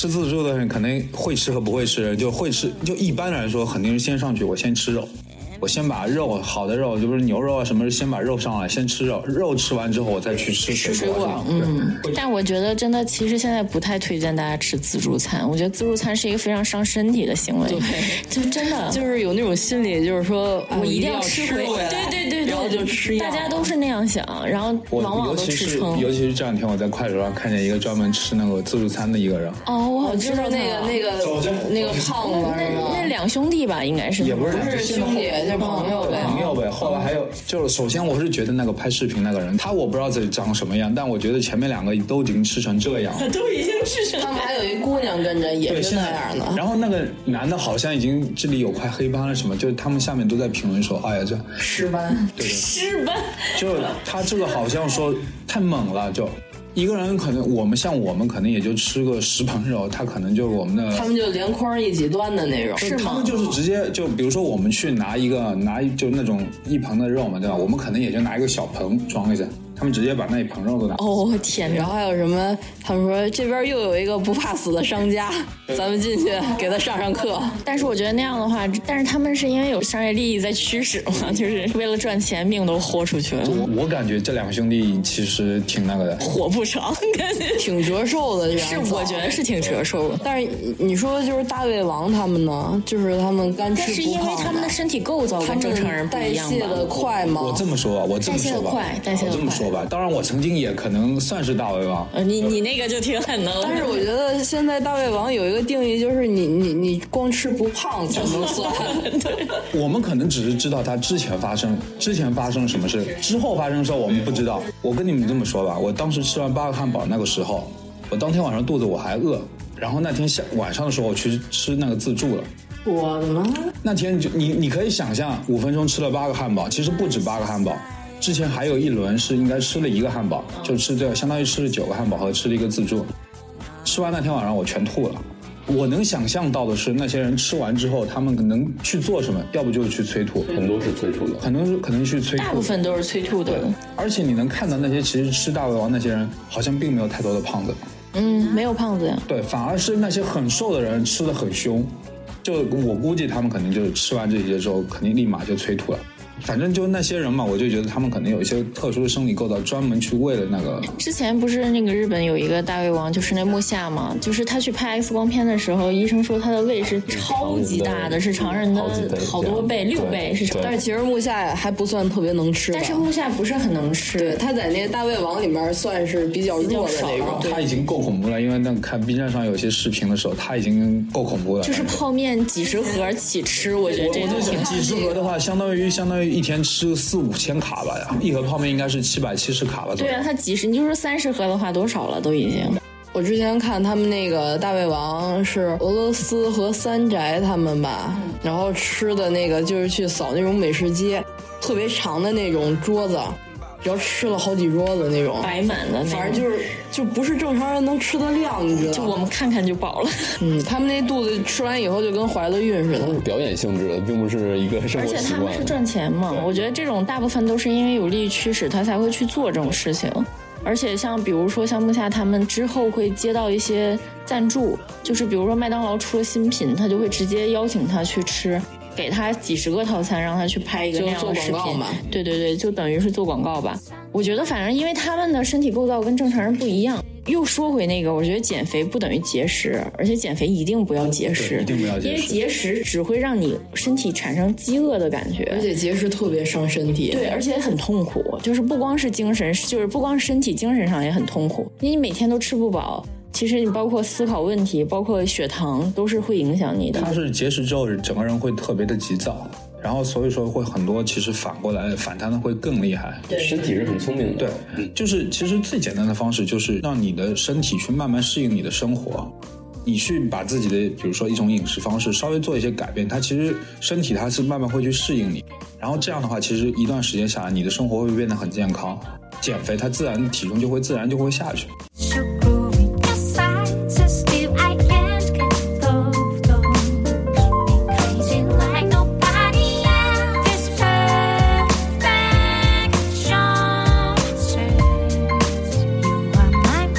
个人可能会吃和不会吃，就会吃，就一般来说肯定是先上去，我先吃肉。我先把肉好的肉，就不是牛肉啊什么，先把肉上来，先吃肉，肉吃完之后我再去吃水果。 嗯，但我觉得真的，其实现在不太推荐大家吃自助餐。我觉得自助餐是一个非常伤身体的行为。 对， 就真的就是有那种心理，就是说我一定要吃回来。对对对对， 然后就吃药。 大家都是那样想，然后往往都吃撑。 尤其是这两天我在快手上看见一个专门吃那个自助餐的一个人。 哦，我好知道那个那个那个胖子， 那那两兄弟吧，应该是也不是兄弟，就是朋友呗。 朋友呗，后来还有，就是首先我是觉得那个拍视频那个人，他我不知道自己长什么样，但我觉得前面两个都已经吃成这样， 都已经吃成。 他们还有一姑娘跟着，也是那样的。 然后那个男的好像已经这里有块黑斑了什么，就是他们下面都在评论说，哎呀这尸斑， 对对， 尸斑， 就他这个好像说太猛了，就。一个人可能我们像我们可能也就吃个十盆肉，他可能就我们的他们就连筐一起端的那种， 是吗？ 他们就是直接就比如说我们去拿一个拿就那种一盆的肉嘛，对吧？我们可能也就拿一个小盆装一下，他们直接把那一盆肉都拿。 哦天哪！ 然后还有什么？他们说这边又有一个不怕死的商家，咱们进去给他上上课。 但是我觉得那样的话，但是他们是因为有商业利益在驱使嘛，就是为了赚钱，命都豁出去了。 我我感觉这两兄弟其实挺那个的， 活不长，感觉挺折寿的。 是，我觉得是挺折寿的。 但是你说就是大胃王他们呢，就是他们干吃不胖， 但是因为他们的身体构造跟正常人不一样吧？ 代谢的快吗？ 我这么说吧，我这么说吧， 代谢的快，代谢的快。 我这么说吧，当然我曾经也可能算是大胃王。 呃，你你那个就挺狠的了。 但是我觉得现在大胃王有一个定义，就是你你你光吃不胖才能算。 对， 我们可能只是知道他之前发生之前发生什么事，之后发生的时候我们不知道。我跟你们这么说吧，我当时吃完八个汉堡那个时候，我当天晚上肚子我还饿，然后那天下晚上的时候我去吃那个自助了。 我的妈！ 那天就你你可以想象，五分钟吃了八个汉堡，其实不止八个汉堡。之前还有一轮是应该吃了一个汉堡，就吃这个相当于吃了九个汉堡和吃了一个自助。吃完那天晚上我全吐了。我能想象到的是，那些人吃完之后，他们能去做什么？要不就是去催吐， 很多是催吐的， 可能是可能去催吐， 大部分都是催吐的。 而且你能看到那些其实吃大胃王那些人，好像并没有太多的胖子。 嗯，没有胖子呀。 对，反而是那些很瘦的人吃得很凶。就我估计他们可能就是吃完这些之后，肯定立马就催吐了。反正就那些人嘛，我就觉得他们可能有一些特殊的生理构造，专门去为了那个。 之前不是那个日本有一个大胃王，就是那木下嘛，就是他去拍 X 光片的时候，医生说他的胃是超级大的，是常人的好多倍，六倍是常。 但是其实木下还不算特别能吃， 但是木下不是很能吃， 对，他在那个大胃王里面算是比较弱的那种。 他已经够恐怖了，因为那看 B 站上有些视频的时候，他已经够恐怖了。 就是泡面几十盒起吃，我觉得这个挺几十盒的话，相当于相当于一天吃四五千卡吧呀，一盒泡面应该是七百七十卡吧。 对啊，它几十，你就说三十盒的话多少了都已经。 我之前看他们那个大胃王是俄罗斯和三宅他们吧，嗯、然后吃的那个就是去扫那种美食街，特别长的那种桌子，然后吃了好几桌子那种摆满的， 反正就是就不是正常人能吃的量，你知道吗？ 就我们看看就饱了。 嗯，他们那肚子吃完以后就跟怀了孕似的。 是表演性质的，并不是一个生活习惯。 而且他们是赚钱嘛，我觉得这种大部分都是因为有利益驱使，他才会去做这种事情。而且像比如说像木下他们之后会接到一些赞助，就是比如说麦当劳出了新品，他就会直接邀请他去吃。给他几十个套餐，让他去拍一个那样的视频。对对对，就等于是做广告吧。我觉得反正因为他们的身体构造跟正常人不一样。又说回那个，我觉得减肥不等于节食，而且减肥一定不要节食， 一定不要节食， 因为节食只会让你身体产生饥饿的感觉， 而且节食特别伤身体。 对，而且很痛苦，就是不光是精神，就是不光是身体，精神上也很痛苦，因为你每天都吃不饱。其实你包括思考问题，包括血糖，都是会影响你的。 他是节食之后，整个人会特别的急躁，然后所以说会很多，其实反过来反弹的会更厉害。 对，身体是很聪明的。 对，就是其实最简单的方式就是让你的身体去慢慢适应你的生活。你去把自己的比如说一种饮食方式稍微做一些改变，它其实身体它是慢慢会去适应你，然后这样的话其实一段时间下来你的生活会变得很健康，减肥它自然体重就会自然就会下去。 就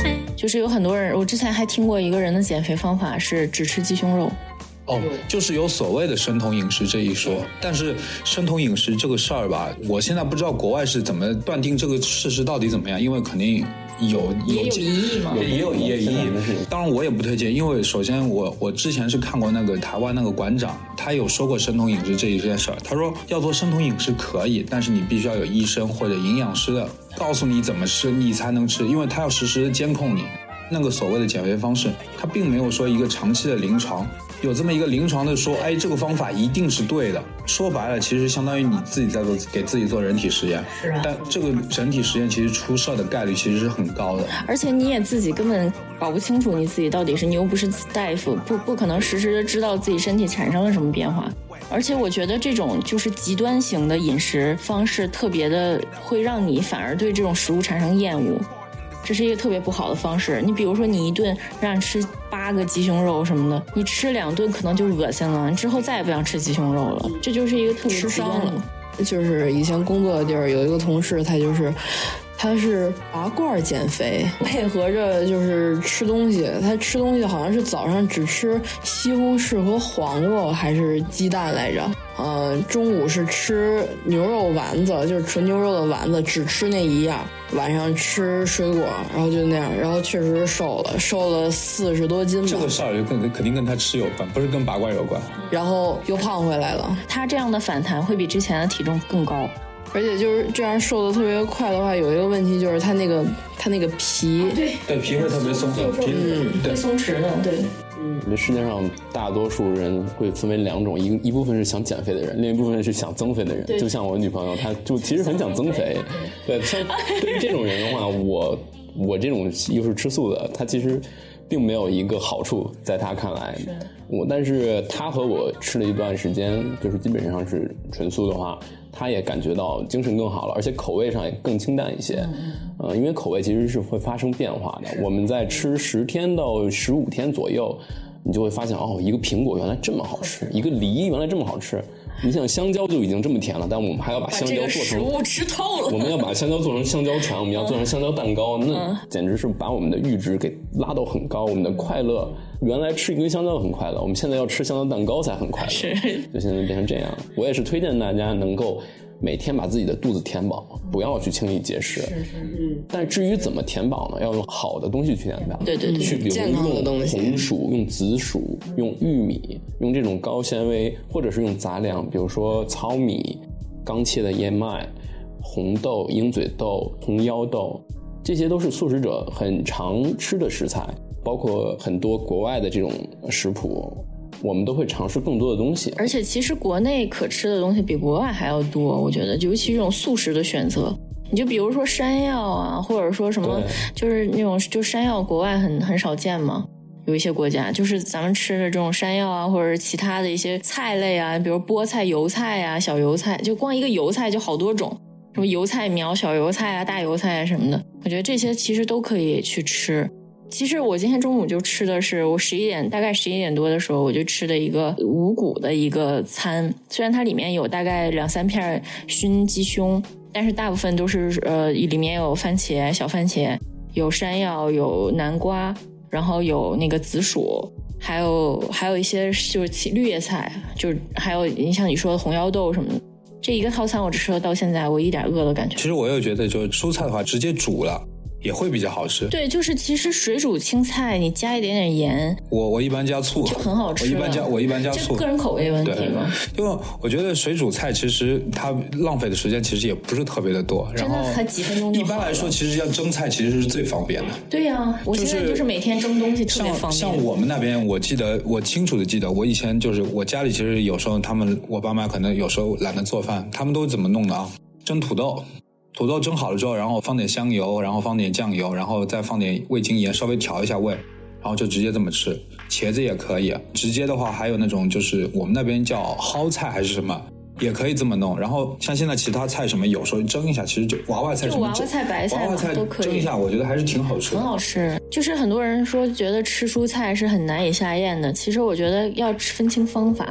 就是有很多人，我之前还听过一个人的减肥方法是只吃鸡胸肉。 哦，就是有所谓的生酮饮食这一说，但是生酮饮食这个事儿吧，我现在不知道国外是怎么断定这个事实到底怎么样，因为肯定有也有疑义嘛， 也有也有疑义。当然我也不推荐，因为首先我我之前是看过那个台湾那个馆长，他有说过生酮饮食这一件事儿，他说要做生酮饮食可以，但是你必须要有医生或者营养师的告诉你怎么吃，你才能吃，因为他要实时的监控你。那个所谓的减肥方式，它并没有说一个长期的临床，有这么一个临床的说，哎，这个方法一定是对的。说白了，其实相当于你自己在做给自己做人体实验， 是啊。 但这个人体实验其实出事的概率其实是很高的， 而且你也自己根本搞不清楚你自己到底是，你又不是大夫，不不可能实时的知道自己身体产生了什么变化。而且我觉得这种就是极端型的饮食方式，特别的会让你反而对这种食物产生厌恶。这是一个特别不好的方式。你比如说，你一顿让你吃八个鸡胸肉什么的，你吃两顿可能就恶心了，之后再也不想吃鸡胸肉了。这就是一个特别极端的。 就是以前工作的地儿有一个同事，他就是他是拔罐减肥，配合着就是吃东西。他吃东西好像是早上只吃西红柿和黄瓜还是鸡蛋来着，呃，中午是吃牛肉丸子，就是纯牛肉的丸子，只吃那一样。晚上吃水果，然后就那样，然后确实瘦了，瘦了四十多斤吧。 这个事儿就跟肯定跟他吃有关，不是跟拔罐有关。 然后又胖回来了。 他这样的反弹会比之前的体重更高。 而且就是这样瘦的特别快的话，有一个问题就是它那个它那个皮， 对对，皮会特别松，皮嗯会松弛的，对。 我觉得世界上大多数人会分为两种，一一部分是想减肥的人，另一部分是想增肥的人。就像我女朋友，她就其实很想增肥。对，像对于这种人的话，我我这种又是吃素的，她其实并没有一个好处，在她看来。我但是她和我吃了一段时间，就是基本上是纯素的话，她也感觉到精神更好了，而且口味上也更清淡一些。呃，因为口味其实是会发生变化的。我们在吃十天到十五天左右，你就会发现哦，一个苹果原来这么好吃，一个梨原来这么好吃。你想香蕉就已经这么甜了，但我们还要把香蕉做成食物吃透了。 我们要把香蕉做成香蕉船，我们要做成香蕉蛋糕，那简直是把我们的阈值给拉到很高。我们的快乐原来吃一根香蕉很快乐，我们现在要吃香蕉蛋糕才很快乐， 是就现在变成这样。我也是推荐大家能够每天把自己的肚子填饱，不要去轻易节食。是是嗯。但至于怎么填饱呢？要用好的东西去填饱。 对对对。 去比如用红薯、用紫薯、用玉米、用这种高纤维，或者是用杂粮，比如说糙米、刚切的燕麦、红豆、鹰嘴豆、红腰豆，这些都是素食者很常吃的食材，包括很多国外的这种食谱。我们都会尝试更多的东西， 而且其实国内可吃的东西比国外还要多，我觉得，尤其这种素食的选择，你就比如说山药啊，或者说什么，就是那种就山药，国外很很少见嘛，有一些国家就是咱们吃的这种山药啊，或者是其他的一些菜类啊，比如菠菜、油菜啊、小油菜，就光一个油菜就好多种，什么油菜苗、小油菜啊、大油菜啊什么的，我觉得这些其实都可以去吃。其实我今天中午就吃的是，我十一点大概十一点多的时候，我就吃的一个五谷的一个餐。虽然它里面有大概两三片熏鸡胸，但是大部分都是呃里面有番茄、小番茄，有山药，有南瓜，然后有那个紫薯，还有还有一些就是绿叶菜，就是还有你像你说的红腰豆什么的。这一个套餐我只吃了到现在，我一点饿的感觉。 其实我又觉得，就是蔬菜的话，直接煮了。也会比较好吃。 对，就是其实水煮青菜你加一点点盐， 我我一般加醋， 就很好吃。 我一般加我一般加醋， 个人口味问题嘛。 因为我觉得水煮菜其实它浪费的时间其实也不是特别的多，然后才几分钟就好了。 一般来说，其实像蒸菜其实是最方便的。 对呀、啊，我现在就是每天蒸东西特别方便。 像, 像我们那边，我记得我清楚的记得，我以前就是我家里其实有时候他们我爸妈可能有时候懒得做饭，他们都怎么弄的啊？蒸土豆。土豆蒸好了之后，然后放点香油，然后放点酱油，然后再放点味精盐，稍微调一下味，然后就直接这么吃。茄子也可以，直接的话还有那种就是我们那边叫蒿菜还是什么，也可以这么弄。然后像现在其他菜什么，有时候蒸一下，其实就娃娃菜什么， 娃娃菜、白菜娃娃菜都可以蒸一下，我觉得还是挺好吃的， 很好吃。就是很多人说觉得吃蔬菜是很难以下咽的，其实我觉得要分清方法。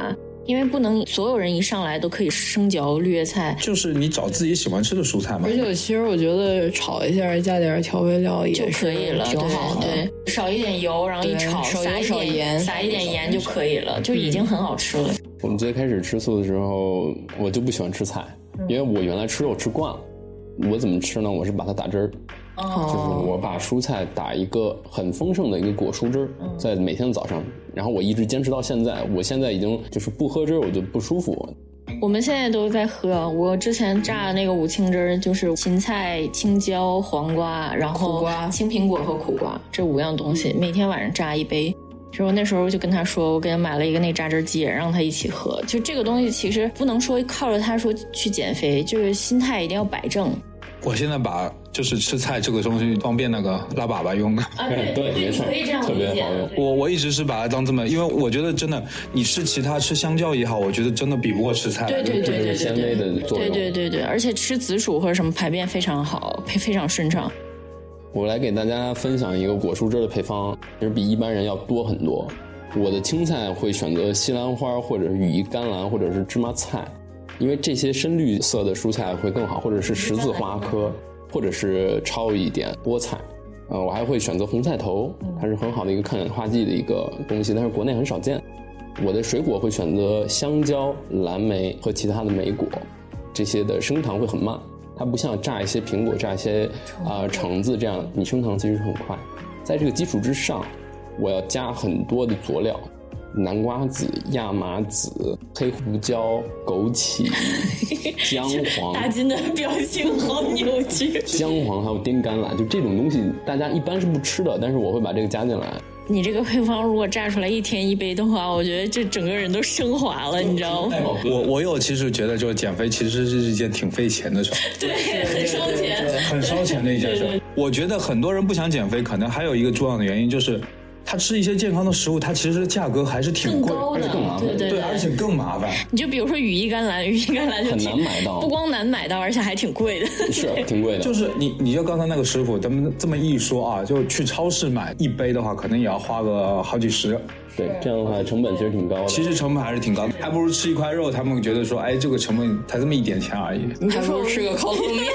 因为不能所有人一上来都可以生嚼绿叶菜， 就是你找自己喜欢吃的蔬菜嘛。 而且其实我觉得炒一下加点调味料也就可以了， 挺好的。 对，对少一点油，然后一炒，撒一点盐， 撒一点盐就可以了，就已经很好吃了。 我们最开始吃素的时候，我就不喜欢吃菜，因为我原来吃肉吃惯了。我怎么吃呢？我是把它打汁儿。 哦， 就是我把蔬菜打一个很丰盛的一个果蔬汁，在每天早上，然后我一直坚持到现在。我现在已经就是不喝汁我就不舒服。 我们现在都在喝。我之前榨的那个五青汁就是芹菜、青椒、黄瓜，然后青苹果和苦瓜这五样东西，每天晚上榨一杯。之后那时候就跟他说，我给他买了一个那榨汁机，也让他一起喝。就这个东西其实不能说靠着他说去减肥，就是心态一定要摆正。 我现在把就是吃菜这个东西方便那个拉粑粑用的， 啊对对，没错， 可以这样特别好用。 我我一直是把它当这么，因为我觉得真的，你吃其他吃香蕉也好，我觉得真的比不过吃菜。 对对对对对， 纤维的作用。 对对对对，而且吃紫薯或者什么排便非常好，非常顺畅。 我来给大家分享一个果蔬汁的配方，其实比一般人要多很多。我的青菜会选择西兰花或者是羽衣甘蓝或者是芝麻菜，因为这些深绿色的蔬菜会更好，或者是十字花科，或者是焯一点菠菜。呃，我还会选择红菜头，它是很好的一个抗氧化剂的一个东西，但是国内很少见。我的水果会选择香蕉、蓝莓和其他的莓果，这些的升糖会很慢，它不像榨一些苹果、榨一些啊、呃、橙子这样，你升糖其实很快。在这个基础之上，我要加很多的佐料。南瓜子、亚麻籽、黑胡椒、枸杞、姜黄。 大金的表情好扭曲。 姜黄还有丁甘蓝，就这种东西大家一般是不吃的，但是我会把这个加进来。 你这个配方如果榨出来一天一杯的话，我觉得这整个人都升华了，你知道吗？ 我我有其实觉得就是减肥其实是一件挺费钱的事。 对，很烧钱， 很烧钱的一件事。我觉得很多人不想减肥，可能还有一个重要的原因就是。他吃一些健康的食物，它其实价格还是挺贵， 而且更麻烦， 对对对, 对，而且更麻烦。 你就比如说羽衣甘蓝，羽衣甘蓝就很难买到， 不光难买到，而且还挺贵的， 是挺贵的。 就是你，你就刚才那个师傅，咱们这么一说啊，就去超市买一杯的话，可能也要花个好几十。 对，这样的话成本其实挺高的。 其实成本还是挺高的，还不如吃一块肉。他们觉得说，哎，这个成本才这么一点钱而已。 你还不如吃个烤冷面。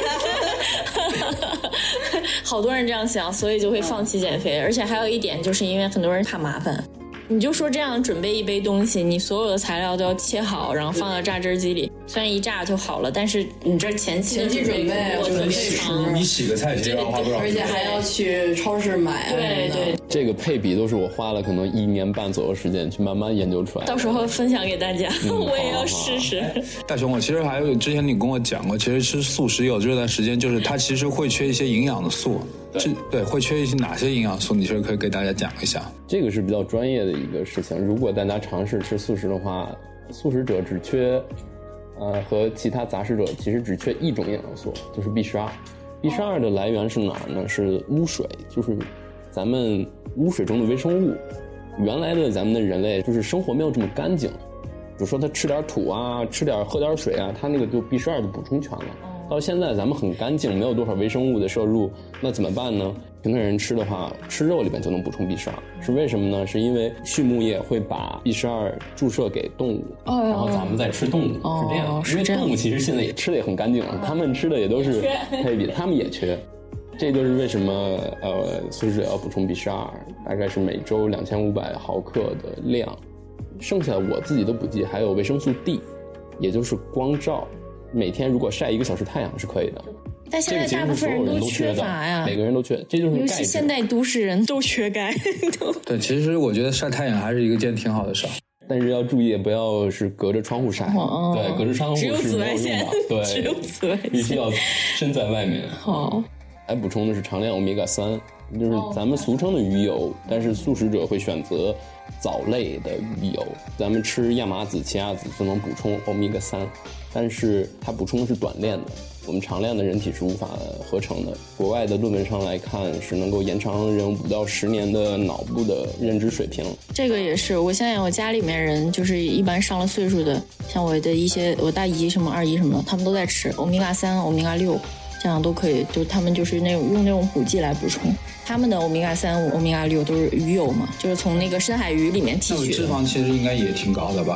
好多人这样想，所以就会放弃减肥。而且还有一点，就是因为很多人怕麻烦。你就说这样准备一杯东西，你所有的材料都要切好，然后放到榨汁机里，虽然一榨就好了，但是你这前期前期准备我准备长， 你洗个菜其实要花多少？ 而且还要去超市买。 对对， 这个配比都是我花了可能一年半左右时间去慢慢研究出来。 到时候分享给大家，嗯、我也要试试。 大熊，我其实还有之前你跟我讲过，其实吃素食有这段时间，就是它其实会缺一些营养的素。对, 对，会缺一些哪些营养素？你是可以给大家讲一下。 这个是比较专业的一个事情。如果大家尝试吃素食的话，素食者只缺，呃，和其他杂食者其实只缺一种营养素，就是 B 十二。B 十二的来源是哪儿呢？是污水，就是咱们污水中的微生物。原来的咱们的人类就是生活没有这么干净，比如说他吃点土啊，吃点喝点水啊，他那个就 B 十二就补充全了。到现在咱们很干净，没有多少微生物的摄入，那怎么办呢？平常人吃的话，吃肉里面就能补充 B 十二，是为什么呢？是因为畜牧业会把 B 十二注射给动物，哦、然后咱们再吃动物， 哦、 是这样。因为动物其实现在也吃的也很干净了，他们吃的也都是配比，他们也缺。这就是为什么呃素食者要补充 B 十二，大概是每周两千五百毫克的量，剩下的我自己的补剂还有维生素 D， 也就是光照。每天如果晒一个小时太阳是可以的， 但现在大部分人都缺乏呀， 每个人都缺，这就是尤其现代都市人都缺钙。 对，其实我觉得晒太阳还是一个件挺好的事， 但是要注意，不要是隔着窗户晒， 哦、 对，隔着窗户是没有用的，对， 只有紫外线， 必须要身在外面。 好， 还补充的是常量欧米伽三，就是咱们俗称的鱼油，但是素食者会选择藻类的鱼油。咱们吃亚麻籽、奇亚籽就能补充欧米伽三，但是它补充的是短链的，我们长链的人体是无法合成的。国外的论文上来看，是能够延长人五到十年的脑部的认知水平。 这个也是，我现在我家里面人就是一般上了岁数的，像我的一些我大姨什么二姨什么，他们都在吃欧米伽三、欧米伽六。这样都可以，就他们就是那种用那种补剂来补充，他们的欧米伽三、欧米伽六都是鱼油嘛，就是从那个深海鱼里面提取的。 脂肪其实应该也挺高的吧？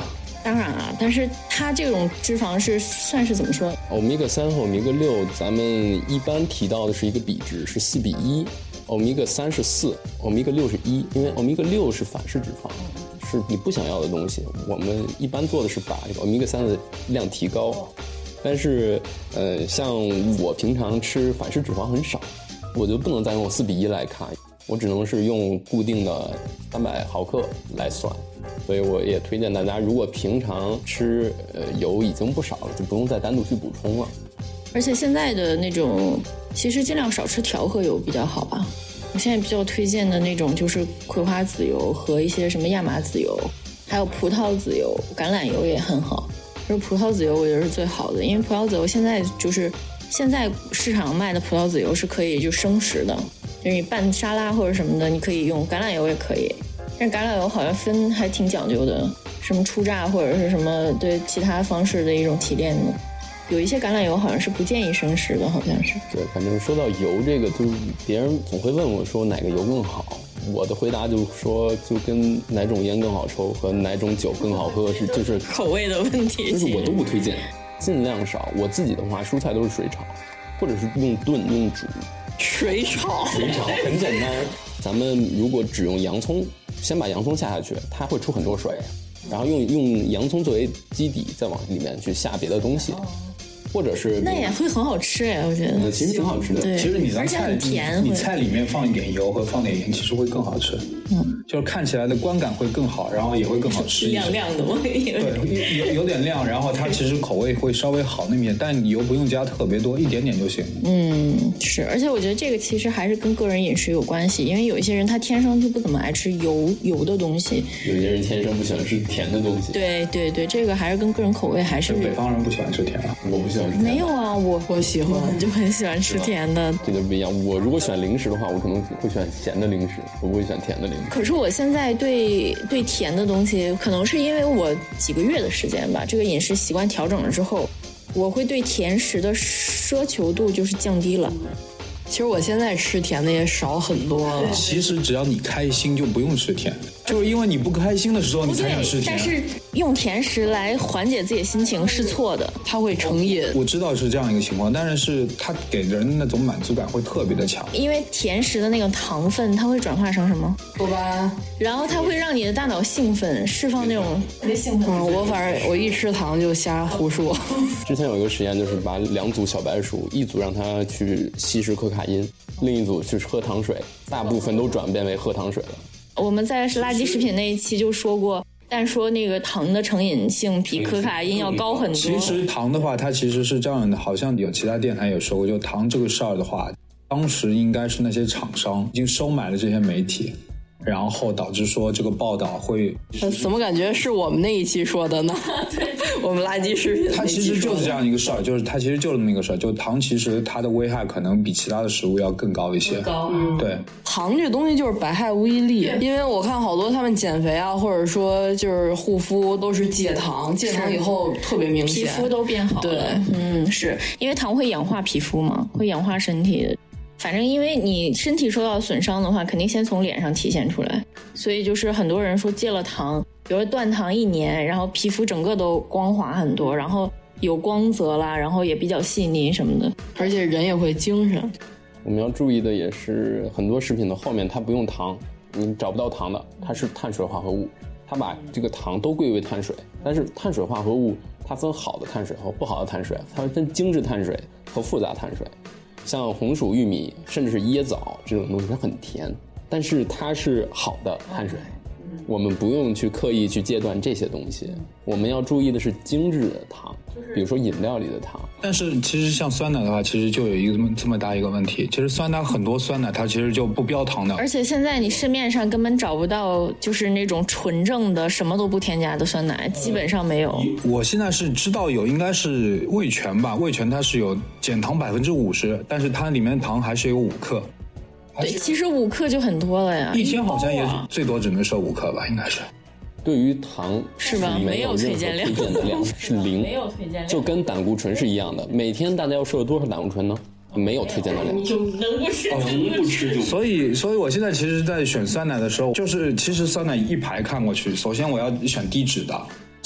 当然啊，但是它这种脂肪是算是怎么说？ 欧米伽三和欧米伽六，咱们一般提到的是一个比值，是四比一。欧米伽三是四，欧米伽六是一，因为欧米伽六是反式脂肪，是你不想要的东西。我们一般做的是把这个欧米伽三的量提高，但是呃，像我平常吃反式脂肪很少，我就不能再用四比一来看，我只能是用固定的三百毫克来算。所以我也推荐大家，如果平常吃呃油已经不少了，就不用再单独去补充了。 而且现在的那种，其实尽量少吃调和油比较好吧。我现在比较推荐的那种就是葵花籽油和一些什么亚麻籽油，还有葡萄籽油、橄榄油也很好。就是葡萄籽油我觉得是最好的，因为葡萄籽油现在就是现在市场卖的葡萄籽油是可以就生食的，就是你拌沙拉或者什么的你可以用，橄榄油也可以。但橄榄油好像分还挺讲究的，什么初榨或者是什么对其他方式的一种提炼的，有一些橄榄油好像是不建议生食的，好像是。 对，反正说到油这个，就是别人总会问我说哪个油更好，我的回答就是说，就跟哪种烟更好抽和哪种酒更好喝是就是口味的问题， 就是我都不推荐，尽量少。我自己的话，蔬菜都是水炒，或者是用炖用煮。 水炒， 水炒很简单。咱们如果只用洋葱，先把洋葱下下去，它会出很多水，然后用用洋葱作为基底，再往里面去下别的东西。或者是那也会很好吃哎，我觉得。 嗯，其实挺好吃的。 对， 其实你在菜甜， 你菜里面放一点油和放点盐，其实会更好吃。嗯，就是看起来的观感会更好，然后也会更好吃一些。 亮亮的，我以为。 对，有有点亮，然后它其实口味会稍微好那么一点，但油不用加特别多，一点点就行。 嗯，是，而且我觉得这个其实还是跟个人饮食有关系，因为有一些人他天生就不怎么爱吃油油的东西， 有些人天生不喜欢吃甜的东西。 对对对，这个还是跟个人口味还是。 北方人不喜欢吃甜的， 我不喜欢吃甜的。 没有啊，我我喜欢， 我就很喜欢吃甜的。 这就不一样。我如果选零食的话，我可能会选咸的零食，我不会选甜的零食。 可是我现在对对甜的东西，可能是因为我几个月的时间吧，这个饮食习惯调整了之后，我会对甜食的奢求度就是降低了。 其实我现在吃甜的也少很多了。 其实只要你开心就不用吃甜，就是因为你不开心的时候你才想吃甜。 但是用甜食来缓解自己的心情是错的， 它会成瘾。 我知道是这样一个情况，但是是它给人那种满足感会特别的强。 因为甜食的那个糖分，它会转化成什么？ 多巴胺， 然后它会让你的大脑兴奋，释放那种特别兴奋。 嗯，我反正我一吃糖就瞎胡说。 之前有一个实验，就是把两组小白鼠，一组让它去吸食可卡因，另一组去喝糖水，大部分都转变为喝糖水了。 我们在垃圾食品那一期就说过，但说那个糖的成瘾性比可卡因要高很多。 其实糖的话，它其实是这样的，好像有其他电台也说过，就糖这个事儿的话，当时应该是那些厂商已经收买了这些媒体，然后导致说这个报道会。 怎么感觉是我们那一期说的呢？我们垃圾食品。 它其实就是这样一个事儿，就是它其实就是那个事儿，就糖其实它的危害可能比其他的食物要更高一些。 高， 对。 糖这东西就是百害无一利，因为我看好多他们减肥啊，或者说就是护肤都是戒糖，戒糖以后特别明显， 皮肤都变好了。 对， 嗯，是因为糖会氧化皮肤嘛，会氧化身体的。反正因为你身体受到损伤的话，肯定先从脸上体现出来，所以就是很多人说戒了糖，比如说断糖一年，然后皮肤整个都光滑很多，然后有光泽啦，然后也比较细腻什么的， 而且人也会精神。 我们要注意的也是，很多食品的后面它不用糖，你找不到糖的，它是碳水化合物，它把这个糖都归为碳水。但是碳水化合物它分好的碳水和不好的碳水，它会分精致碳水和复杂碳水。像红薯、玉米，甚至是椰枣这种东西，它很甜，但是它是好的碳水。我们不用去刻意去戒断这些东西，我们要注意的是精致的糖，比如说饮料里的糖。 但是其实像酸奶的话，其实就有一个这么这么大一个问题，其实酸奶很多酸奶它其实就不标糖的， 而且现在你市面上根本找不到就是那种纯正的什么都不添加的酸奶，基本上没有。 我现在是知道有，应该是味全吧，味全它是有减糖百分之五十，但是它里面糖还是有五克。 对，其实五克就很多了呀， 一天好像也最多只能摄五克吧，应该是。 对于糖是吧？ 没有推荐量，推荐的量是零， 没有推荐量， 就跟胆固醇是一样的。每天大家要摄多少胆固醇呢？没有推荐的量， 就能不吃能不吃就。所以，所以我现在其实，在选酸奶的时候，就是其实酸奶一排看过去，首先我要选低脂的。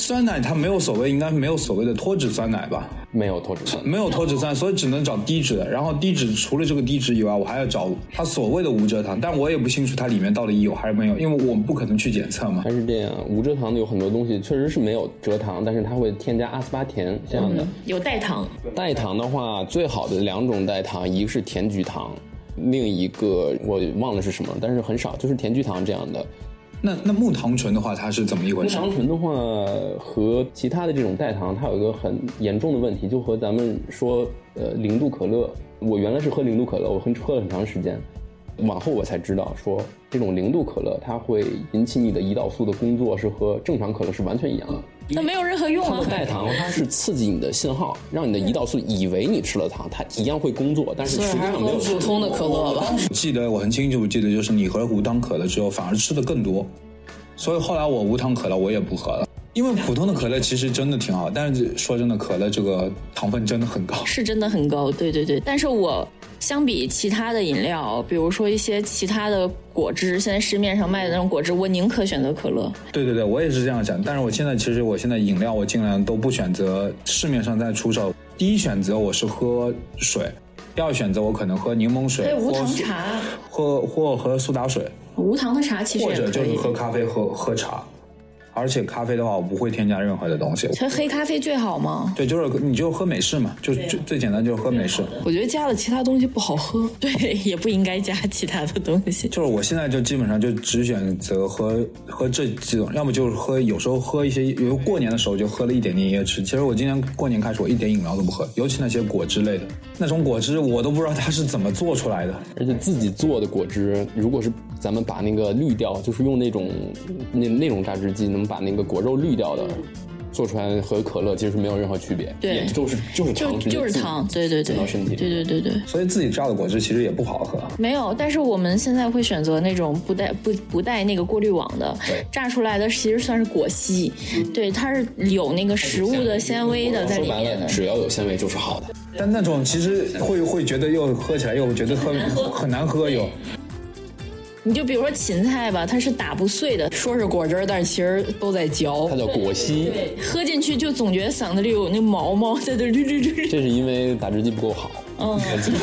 酸奶它没有所谓，应该没有所谓的脱脂酸奶吧？ 没有脱脂酸奶， 没有脱脂酸，所以只能找低脂的。然后低脂除了这个低脂以外，我还要找它所谓的无蔗糖，但我也不清楚它里面到底有还是没有，因为我们不可能去检测嘛。 还是这样，无蔗糖的有很多东西确实是没有蔗糖，但是它会添加阿斯巴甜这样的。 嗯、有代糖。 代糖的话，最好的两种代糖，一个是甜菊糖，另一个我忘了是什么，但是很少，就是甜菊糖这样的。 那那木糖醇的话，它是怎么一回事？ 木糖醇的话和其他的这种代糖，它有一个很严重的问题，就和咱们说呃零度可乐，我原来是喝零度可乐，我很喝了很长时间，往后我才知道说这种零度可乐它会引起你的胰岛素的工作是和正常可乐是完全一样的。 那没有任何用啊！ 它的代糖它是刺激你的信号，让你的胰岛素以为你吃了糖，它一样会工作，但是实际上没有普通的可乐吧。 记得我很清楚，记得就是你喝无糖可乐之后，反而吃的更多，所以后来我无糖可乐我也不喝了。因为普通的可乐其实真的挺好，但是说真的，可乐这个糖分真的很高， 是真的很高，对对对。但是我相比其他的饮料，比如说一些其他的果汁，现在市面上卖的那种果汁，我宁可选择可乐。 对对对，我也是这样想。但是我现在其实我现在饮料我尽量都不选择市面上在出售。第一选择我是喝水，第二选择我可能喝柠檬水， 对，无糖茶， 喝或喝苏打水， 无糖的茶其实也可以， 或者就是喝咖啡喝喝茶。而且咖啡的话，我不会添加任何的东西。 喝黑咖啡最好吗？ 对，就是你就喝美式嘛，就最最简单就是喝美式。 我觉得加了其他东西不好喝， 对，也不应该加其他的东西。 就是我现在就基本上就只选择喝喝这几种，要么就是喝，有时候喝一些，因为过年的时候就喝了一点点椰汁。其实我今年过年开始，我一点饮料都不喝，尤其那些果汁类的那种果汁，我都不知道它是怎么做出来的。 而且自己做的果汁，如果是咱们把那个滤掉，就是用那种那那种榨汁机能把那个果肉滤掉的，做出来和可乐其实是没有任何区别， 对， 也就是就是糖， 就就是糖，对对对， 进到身体里， 对对对对。 所以自己榨的果汁其实也不好喝。 没有，但是我们现在会选择那种不带不不带那个过滤网的，榨出来的其实算是果昔，对，它是有那个食物的纤维的在里面的。 只要有纤维就是好的。 但那种其实会会觉得又喝起来又觉得喝很难喝又。 你就比如说芹菜吧，它是打不碎的， 说是果汁，但是其实都在嚼。 它叫果昔， 对，喝进去就总觉得嗓子里有那毛毛在这捋捋捋。 这是因为打汁机不够好。 嗯。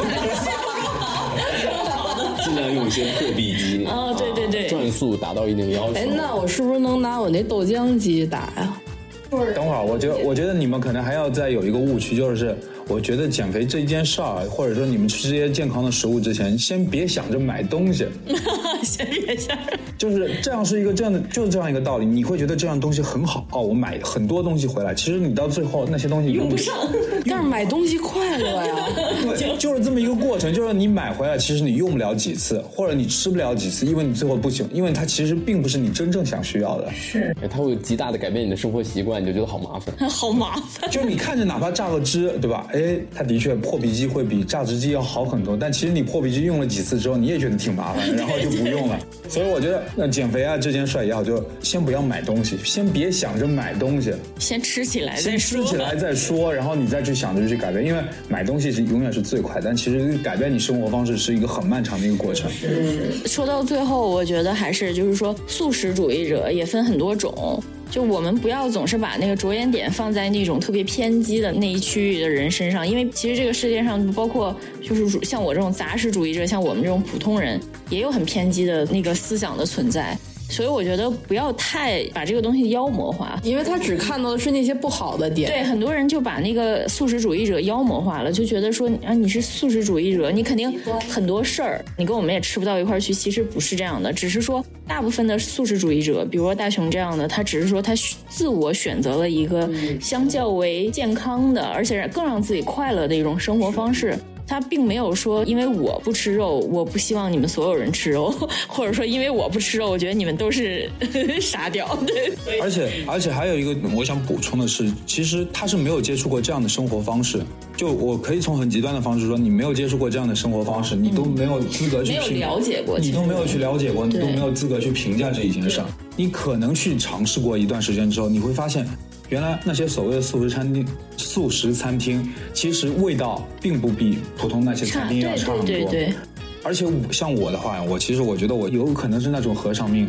尽量用一些破壁机。 哦，对对对。 转速达到一定要求。 哎，那我是不是能拿我那豆浆机打呀？ 等会儿，我觉得，我觉得你们可能还要再有一个误区，就是我觉得减肥这件事儿，或者说你们吃这些健康的食物之前，先别想着买东西， 先别想着， 就是这样是一个这样的，就是这样一个道理。你会觉得这样东西很好哦，我买很多东西回来，其实你到最后那些东西用不上， 但是买东西快乐呀。 对，就是这么一个过程，就是你买回来，其实你用不了几次，或者你吃不了几次，因为你最后不行，因为它其实并不是你真正想需要的。 是， 它会极大的改变你的生活习惯。你就觉得好麻烦， 好麻烦。 就你看着哪怕榨个汁，对吧？哎，它的确破壁机会比榨汁机要好很多，但其实你破壁机用了几次之后，你也觉得挺麻烦，然后就不用了。所以我觉得，那减肥啊这件事也好，就先不要买东西，先别想着买东西， 先吃起来再说， 先吃起来再说，然后你再去想着去改变。因为买东西是永远是最快，但其实改变你生活方式是一个很漫长的一个过程。 嗯，说到最后，我觉得还是就是说，素食主义者也分很多种。就我们不要总是把那个着眼点放在那种特别偏激的那一区域的人身上，因为其实这个世界上包括就是像我这种杂食主义者，像我们这种普通人，也有很偏激的那个思想的存在。所以我觉得不要太把这个东西妖魔化， 因为他只看到的是那些不好的点。 对，很多人就把那个素食主义者妖魔化了，就觉得说啊，你是素食主义者，你肯定很多事儿，你跟我们也吃不到一块去。其实不是这样的，只是说大部分的素食主义者，比如说大熊这样的，他只是说他自我选择了一个相较为健康的，而且更让自己快乐的一种生活方式。他并没有说因为我不吃肉，我不希望你们所有人吃肉，或者说因为我不吃肉，我觉得你们都是傻屌。对， 而且而且还有一个我想补充的是，其实他是没有接触过这样的生活方式。就我可以从很极端的方式说，你没有接触过这样的生活方式，你都没有资格去评， 没有了解过， 你都没有去了解过，你都没有资格去评价这一件事。你可能去尝试过一段时间之后，你会发现。原来那些所谓的素食餐厅，素食餐厅其实味道并不比普通那些餐厅要差很多。 对对对对。 而且像我的话，我其实我觉得我有可能是那种和尚命，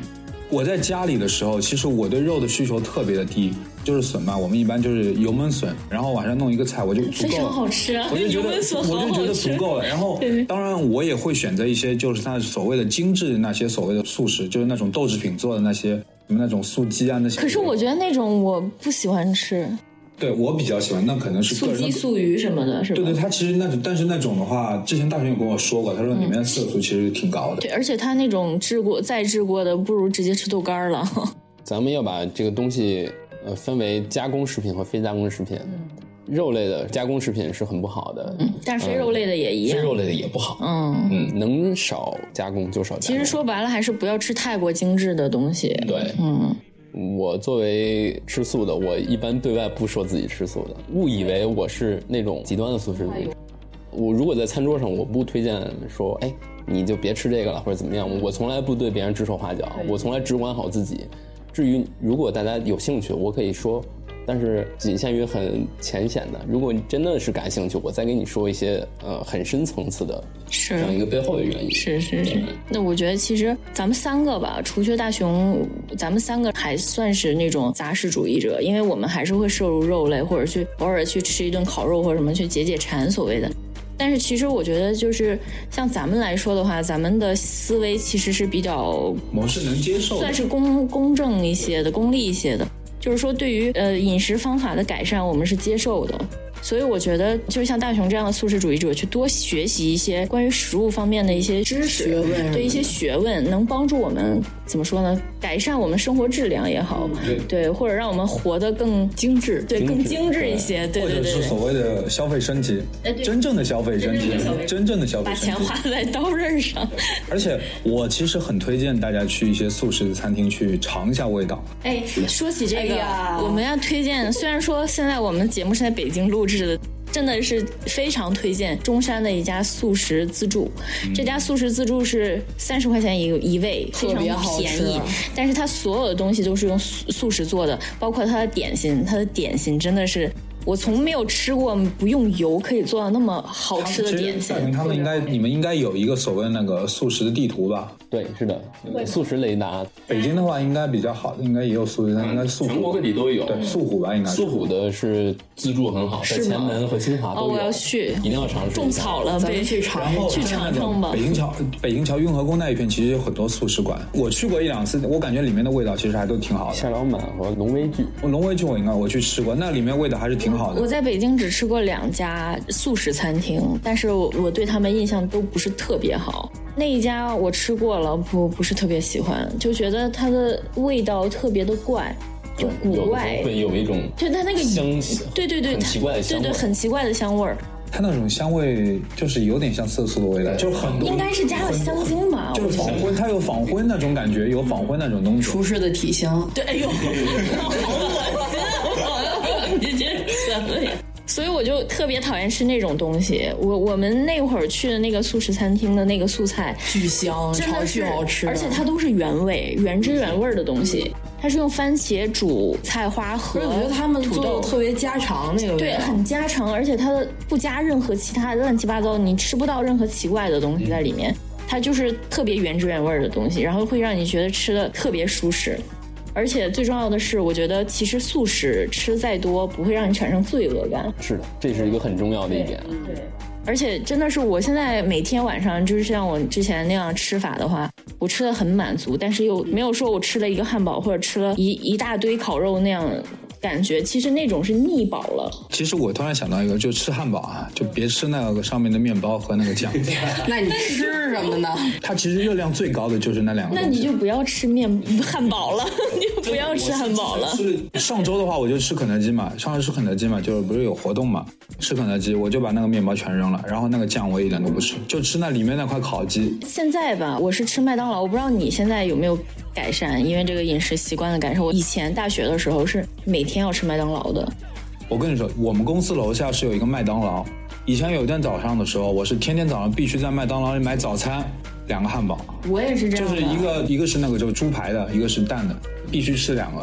我在家里的时候，其实我对肉的需求特别的低，就是笋嘛，我们一般就是油焖笋，然后晚上弄一个菜我就足够了， 非常好吃啊！ 我就觉得我就觉得足够了。然后当然我也会选择一些就是它所谓的精致的那些所谓的素食，就是那种豆制品做的那些什么那种素鸡啊那些。 可是我觉得那种我不喜欢吃。 对，我比较喜欢，那可能是个人素鸡素鱼什么的，是吧？ 对对，它其实那种，但是那种的话，之前大雄有跟我说过，他说里面的色素其实挺高的。 对，而且它那种制过再制过的，不如直接吃豆干了。 咱们要把这个东西呃分为加工食品和非加工食品。嗯，肉类的加工食品是很不好的， 嗯，但是非肉类的也一样， 非肉类的也不好。 嗯嗯，能少加工就少加工。 其实说白了，还是不要吃太过精致的东西。 对， 嗯。 我作为吃素的，我一般对外不说自己吃素的，误以为我是那种极端的素食主义者。我如果在餐桌上，我不推荐说，哎，你就别吃这个了，或者怎么样。我从来不对别人指手画脚，我从来只管好自己。至于如果大家有兴趣，我可以说，但是仅限于很浅显的。如果你真的是感兴趣，我再给你说一些呃很深层次的这样一个背后的原因。 是是是。那我觉得其实咱们三个吧，除却大雄，咱们三个还算是那种杂食主义者，因为我们还是会摄入肉类，或者去偶尔去吃一顿烤肉或者什么去解解馋所谓的。但是其实我觉得就是像咱们来说的话，咱们的思维其实是比较模式能接受的， 算是公公正一些的，功利一些的。就是说对于呃饮食方法的改善我们是接受的，所以我觉得就像大雄这样的素食主义者去多学习一些关于食物方面的一些知识，对一些学问，能帮助我们怎么说呢，改善我们生活质量也好，对, 对或者让我们活得更精致，对更精致一些，对对对， 或者是所谓的消费升级，真正的消费升级，真正的消费升级， 把钱花在刀刃上。 而且我其实很推荐大家去一些素食的餐厅去尝一下味道。 哎，说起这个、哎、我们要推荐，虽然说现在我们节目是在北京录制的，真的是非常推荐中山的一家素食自助、嗯、这家素食自助是三十块钱一一位，非常便宜，但是它所有的东西都是用素素食做的，包括它的点心，它的点心真的是我从没有吃过不用油可以做到那么好吃的点心。 他们应该，你们应该有一个所谓的那个素食的地图吧？ 对，是的，素食雷达。 北京的话应该比较好，应该也有素食，但应该素虎， 全国各地都有。 对，素虎吧，应该素虎的是自助很好，在前门和清华都有。 哦，我要去， 一定要尝试。 种草了， 咱们去尝， 去尝尝吧。 北京桥，北京桥运河宫那一片其实有很多素食馆，我去过一两次，我感觉里面的味道其实还都挺好的。 夏老满和龙威聚， 龙威聚我应该我去吃过，那里面味道还是挺好的。 我在北京只吃过两家素食餐厅，但是我我对他们印象都不是特别好。那一家我吃过了，不不是特别喜欢，就觉得它的味道特别的怪，就古怪， 会有一种对它那个香， 对对对， 很奇怪的香味， 对对，很奇怪的香味儿。 它那种香味就是有点像色素的味道，就很多应该是加了香精吧， 就是仿荤，它有仿荤那种感觉，有仿荤那种东西。 厨师的体香， 对，哎呦，好恶心，你这什么呀？所以我就特别讨厌吃那种东西。我我们那会儿去的那个素食餐厅的那个素菜巨香， 真的是巨好吃， 而且它都是原味、原汁原味的东西。它是用番茄煮菜花和土豆， 我觉得他们做的特别家常那个味道， 对，很家常，而且它的不加任何其他乱七八糟，你吃不到任何奇怪的东西在里面。它就是特别原汁原味的东西，然后会让你觉得吃的特别舒适。而且最重要的是，我觉得其实素食吃再多不会让你产生罪恶感。 是的，这是一个很重要的一点。 对，对，而且真的是我现在每天晚上就是像我之前那样吃法的话，我吃的很满足，但是又没有说我吃了一个汉堡或者吃了一一大堆烤肉那样感觉，其实那种是腻饱了。 其实我突然想到一个，就吃汉堡啊，就别吃那个上面的面包和那个酱。 那你吃什么呢？ 它其实热量最高的就是那两个。 那你就不要吃面汉堡了，你就不要吃汉堡了。 上周的话，我就吃肯德基嘛，上周吃肯德基嘛，就是不是有活动嘛，吃肯德基我就把那个面包全扔了，然后那个酱我一点都不吃，就吃那里面那块烤鸡。 现在吧，我是吃麦当劳，我不知道你现在有没有改善，因为这个饮食习惯的改善。我以前大学的时候是每天要吃麦当劳的。 我跟你说，我们公司楼下是有一个麦当劳，以前有一天早上的时候，我是天天早上必须在麦当劳里买早餐，两个汉堡。 我也是这样的， 就是一个一个是那个就是猪排的，一个是蛋的，必须吃两个。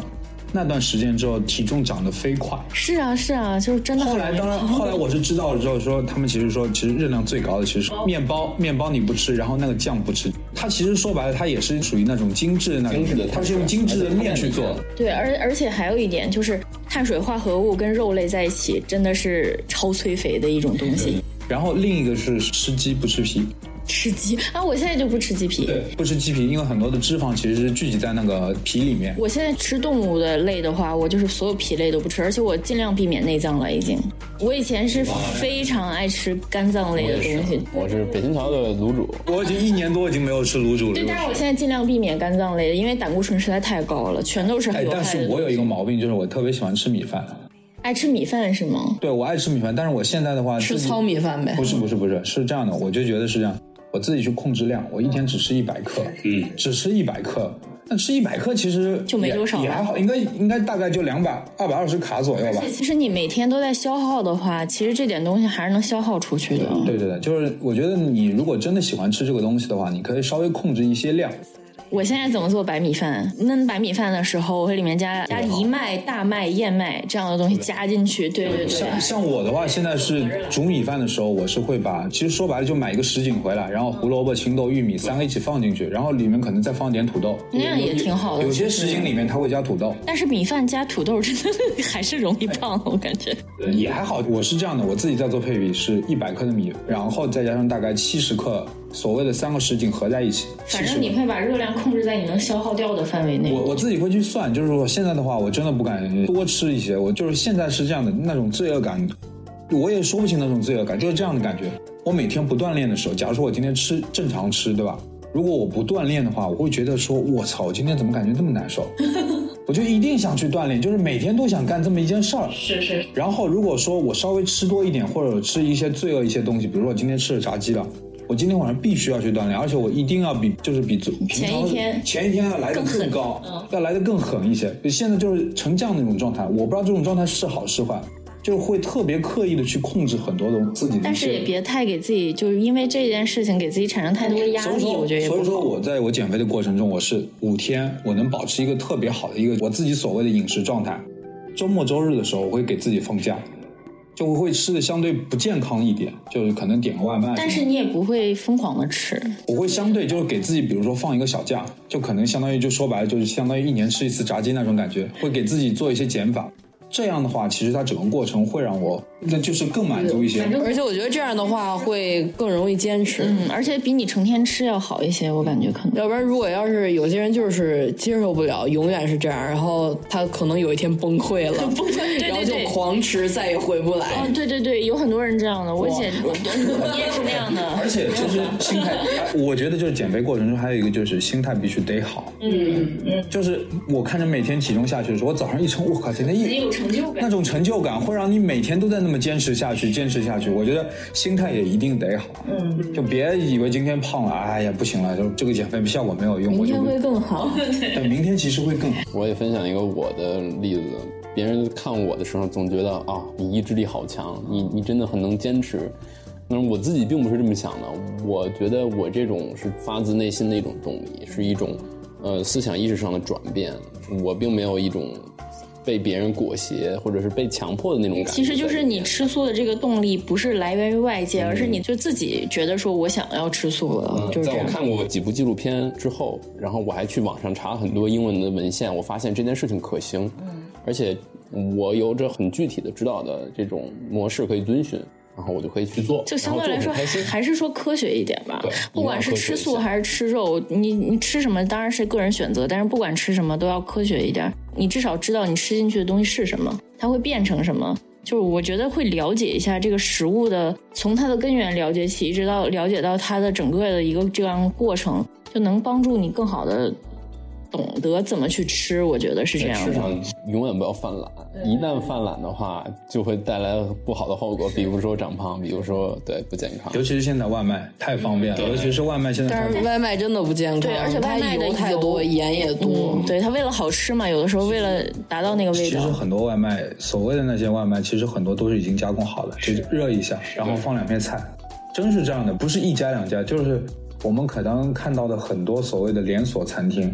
那段时间之后体重长得飞快。 是啊是啊，就是真的很后来当然后来我是知道了之后说，他们其实说其实热量最高的其实是面包，面包你不吃，然后那个酱不吃，它其实说白了它也是属于那种精致的那种，它是用精致的面去做。 对，而而且还有一点就是碳水化合物跟肉类在一起真的是超催肥的一种东西。 然后另一个是吃鸡不吃皮。 吃鸡啊！我现在就不吃鸡皮。 对，不吃鸡皮，因为很多的脂肪其实是聚集在那个皮里面。 我现在吃动物的类的话，我就是所有皮类都不吃，而且我尽量避免内脏了已经。我以前是非常爱吃肝脏类的东西。 我是北新桥的卤煮， 我已经一年多已经没有吃卤煮了。 对，但是我现在尽量避免肝脏类的，因为胆固醇实在太高了，全都是很有害的。 但是我有一个毛病，就是我特别喜欢吃米饭。 爱吃米饭是吗？ 对，我爱吃米饭，但是我现在的话吃糙米饭呗。 不是不是不是，是这样的，我就觉得是这样。我自己去控制量，我一天只吃一百克，嗯，只吃一百克。那吃一百克其实就没多少， 也还好，应该应该大概就两百二百二十卡左右吧。 其实你每天都在消耗的话，其实这点东西还是能消耗出去的。 对对对，就是我觉得你如果真的喜欢吃这个东西的话，你可以稍微控制一些量。 我现在怎么做白米饭？焖白米饭的时候，我会里面加加藜麦、大麦、燕麦这样的东西加进去。对对对。 像像我的话，现在是煮米饭的时候，我是会把，其实说白了就买一个什锦回来，然后胡萝卜、青豆、玉米三个一起放进去，然后里面可能再放点土豆。 那样也挺好的。 有些什锦里面它会加土豆， 但是米饭加土豆真的还是容易胖，我感觉。 也还好，我是这样的，我自己在做配比是一百克的米，然后再加上大概七十克。所谓的三个什锦合在一起， 反正你会把热量控制在你能消耗掉的范围内。 我我自己会去算，就是说现在的话，我真的不敢多吃一些。我就是现在是这样的那种罪恶感，我也说不清那种罪恶感，就是这样的感觉。我每天不锻炼的时候，假如说我今天吃正常吃，对吧？如果我不锻炼的话，我会觉得说，我操，我今天怎么感觉这么难受？我就一定想去锻炼，就是每天都想干这么一件事儿。 是是。 然后如果说我稍微吃多一点，或者吃一些罪恶一些东西，比如说我今天吃了炸鸡了。我今天晚上必须要去锻炼，而且我一定要比就是比平常前一天前一天要来得更高，更要来得更狠一些。现在就是成这样的一种状态，我不知道这种状态是好是坏，就是会特别刻意的去控制很多的自己的。 但是也别太给自己，就是因为这件事情给自己产生太多的压力，我觉得也不好。 所以说我在我减肥的过程中，我是五天我能保持一个特别好的一个我自己所谓的饮食状态。周末周日的时候，我会给自己放假。就会吃的相对不健康一点，就是可能点个外卖， 但是你也不会疯狂的吃。 我会相对就是给自己，比如说放一个小假，就可能相当于就说白了就是相当于一年吃一次炸鸡那种感觉，会给自己做一些减法。这样的话，其实它整个过程会让我，那就是更满足一些。 而且我觉得这样的话会更容易坚持， 嗯，而且比你成天吃要好一些，我感觉可能。 要不然，如果要是有些人就是接受不了，永远是这样，然后他可能有一天崩溃了， 崩溃， 然后就狂吃，再也回不来。 哦，对对对，有很多人这样的，我姐，你也是那样的。 而且其实心态，我觉得就是减肥过程中还有一个就是心态必须得好。 嗯嗯， 就是我看着每天体重下去的时候，我早上一称，我靠，今天一有成就感， 那种成就感会让你每天都在那么坚持下去，坚持下去。我觉得心态也一定得好，嗯，就别以为今天胖了，哎呀不行了，就这个减肥效果没有用， 明天会更好。 对，明天其实会更好。 我也分享一个我的例子，别人看我的时候总觉得啊、哦，你意志力好强，你你真的很能坚持。那我自己并不是这么想的，我觉得我这种是发自内心的一种动力，是一种呃思想意识上的转变，我并没有一种被别人裹挟或者是被强迫的那种感觉。 其实就是你吃素的这个动力不是来源于外界，嗯、而是你就自己觉得说我想要吃素了。嗯、就是这样。 在我看过几部纪录片之后，然后我还去网上查很多英文的文献，我发现这件事情可行，嗯、而且我有着很具体的指导的这种模式可以遵循。然后我就可以去做， 就相对来说还是说科学一点吧。不管是吃素还是吃肉，你你吃什么当然是个人选择，但是不管吃什么都要科学一点。你至少知道你吃进去的东西是什么，它会变成什么。就是我觉得会了解一下这个食物的，从它的根源了解起，一直到了解到它的整个的一个这样过程，就能帮助你更好的懂得怎么去吃，我觉得是这样的。 吃上永远不要犯懒，一旦犯懒的话，就会带来不好的后果，比如说长胖，比如说对不健康。 尤其是现在外卖太方便了，尤其是外卖现在。 但是外卖真的不健康， 对，而且外卖的油太多，盐也多。 嗯、对，它为了好吃嘛，有的时候为了达到那个味道。 其实很多外卖，所谓的那些外卖，其实很多都是已经加工好了，就热一下，然后放两片菜，真是这样的，不是一家两家，就是我们可能看到的很多所谓的连锁餐厅。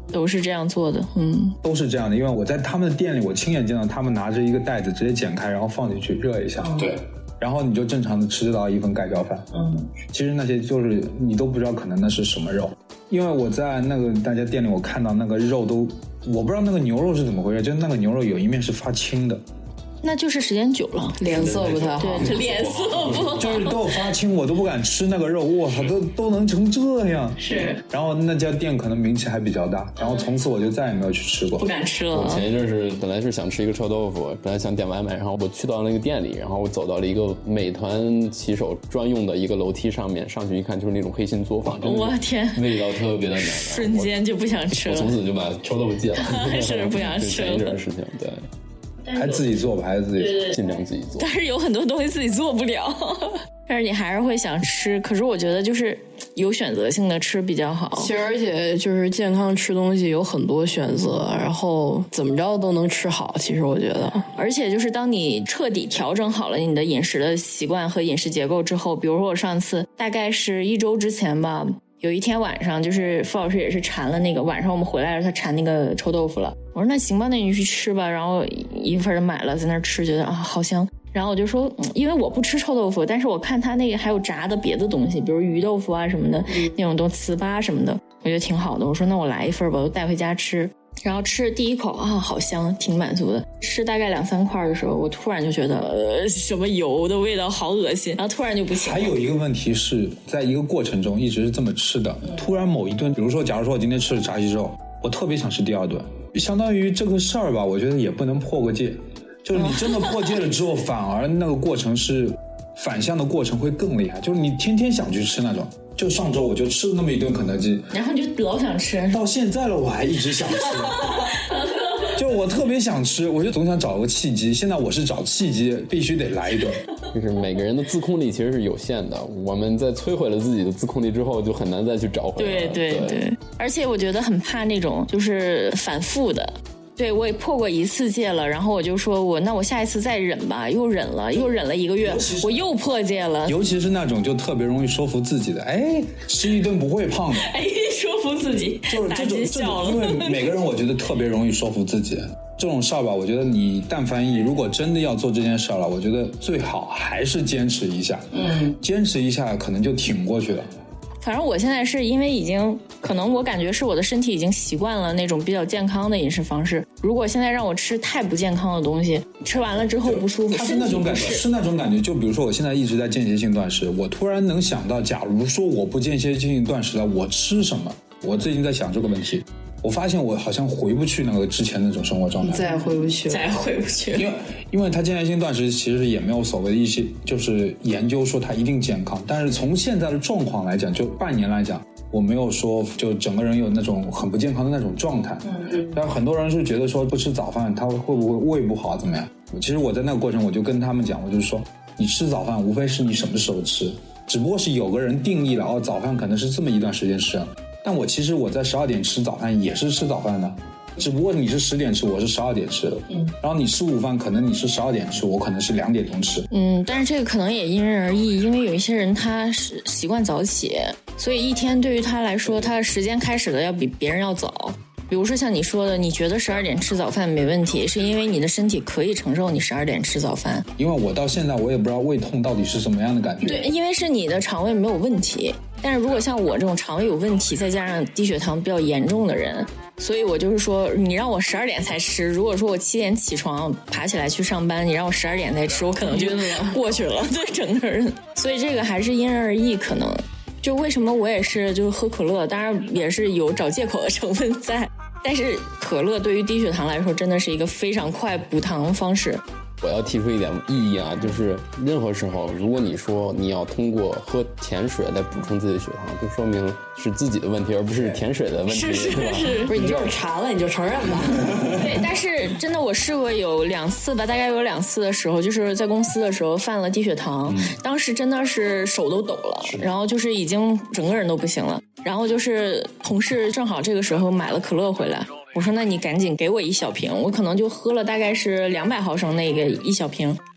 都是这样做的，嗯， 都是这样的。因为我在他们的店里，我亲眼见到他们拿着一个袋子直接剪开，然后放进去热一下， 对， 然后你就正常的吃得到一份盖浇饭。嗯，其实那些就是你都不知道可能那是什么肉，因为我在那个大家店里，我看到那个肉都，我不知道那个牛肉是怎么回事，就是那个牛肉有一面是发青的。 那就是时间久了， 脸色不太好， 对，脸色不好， 就是都有发青，我都不敢吃那个肉，哇，都都能成这样。 是。 然后那家店可能名气还比较大，然后从此我就再也没有去吃过， 不敢吃了。 我前一阵是本来是想吃一个臭豆腐，本来想点外卖，然后我去到那个店里，然后我走到了一个美团骑手专用的一个楼梯上面，上去一看就是那种黑心作坊， 我天， 味道特别的难， 瞬间就不想吃了。 我从此就把臭豆腐戒了， 是不想吃了。 前一阵的事情，对。 还自己做吧，还是自己做， 尽量自己做。 但是有很多东西自己做不了，但是你还是会想吃。可是我觉得就是有选择性的吃比较好。 其实而且就是健康吃东西有很多选择，然后怎么着都能吃好。其实我觉得， 而且就是当你彻底调整好了你的饮食的习惯和饮食结构之后，比如说我上次大概是一周之前吧。有一天晚上，就是傅老师也是馋了那个，晚上我们回来了，他馋那个臭豆腐了。我说那行吧，那你就去吃吧。然后一份就买了，在那吃，觉得啊好香。然后我就说，因为我不吃臭豆腐，但是我看他那个还有炸的别的东西，比如鱼豆腐啊什么的，那种东糍粑什么的，我觉得挺好的。我说那我来一份吧，我带回家吃。然后吃第一口啊，好香，挺满足的。吃大概两三块的时候，我突然就觉得，呃，什么油的味道，好恶心。然后突然就不行了。 还有一个问题是在一个过程中一直是这么吃的，突然某一顿，比如说，假如说我今天吃了炸鸡肉，我特别想吃第二顿，相当于这个事儿吧，我觉得也不能破个戒。就是你真的破戒了之后，反而那个过程是反向的过程会更厉害，就是你天天想去吃那种。就上周我就吃了那么一顿肯德基， 然后你就老想吃， 到现在了我还一直想吃，就我特别想吃，我就总想找个契机。现在我是找契机，必须得来一顿。 就是每个人的自控力其实是有限的，我们在摧毁了自己的自控力之后，就很难再去找回来。 对对 对, 对，而且我觉得很怕那种就是反复的。对，我也破过一次戒了，然后我就说我那我下一次再忍吧，又忍了，又忍了一个月，我又破戒了。 尤其是那种就特别容易说服自己的，哎，吃一顿不会胖的， 哎，说服自己， 就是这种这种，因为每个人我觉得特别容易说服自己。这种事儿吧，我觉得你但凡一如果真的要做这件事了，我觉得最好还是坚持一下，嗯，坚持一下可能就挺过去了。 反正我现在是因为已经可能我感觉是我的身体已经习惯了那种比较健康的饮食方式，如果现在让我吃太不健康的东西，吃完了之后不舒服， 它是那种感觉，是那种感觉。就比如说我现在一直在间歇性断食，我突然能想到，假如说我不间歇性断食了，我吃什么？我最近在想这个问题。我发现我好像回不去那个之前那种生活状态， 再回不去， 再回不去。 因为因为它间歇性断食其实也没有所谓的一些就是研究说它一定健康，但是从现在的状况来讲，就半年来讲，我没有说就整个人有那种很不健康的那种状态。嗯，但很多人是觉得说不吃早饭他会不会胃不好怎么样？其实我在那个过程我就跟他们讲，我就是说你吃早饭无非是你什么时候吃，只不过是有个人定义了哦，早饭可能是这么一段时间吃。但我其实我在十二点吃早饭也是吃早饭的，只不过你是十点吃，我是十二点吃的。嗯，然后你吃午饭，可能你是十二点吃，我可能是两点钟吃。 嗯，但是这个可能也因人而异，因为有一些人他是习惯早起，所以一天对于他来说，他的时间开始的要比别人要早。比如说像你说的，你觉得十二点吃早饭没问题，是因为你的身体可以承受你十二点吃早饭。 因为我到现在我也不知道胃痛到底是什么样的感觉。 对，因为是你的肠胃没有问题，但是如果像我这种肠胃有问题，再加上低血糖比较严重的人，所以我就是说，你让我十二点才吃，如果说我七点起床爬起来去上班，你让我十二点才吃，我可能就过去了，对整个人。所以这个还是因人而异，可能。就为什么我也是就是喝可乐，当然也是有找借口的成分在，但是可乐对于低血糖来说真的是一个非常快补糖方式。 我要提出一点异议啊，就是任何时候，如果你说你要通过喝甜水来补充自己的血糖，就说明是自己的问题，而不是甜水的问题， 是是对吧？ 是， 不是你就是馋了，你就承认吧。 对，但是真的我试过有两次吧，大概有两次的时候，就是在公司的时候犯了低血糖，嗯、当时真的是手都抖了，然后就是已经整个人都不行了，然后就是同事正好这个时候买了可乐回来。我说那你赶紧给我一小瓶，我可能就喝了大概是两百毫升那个一小瓶，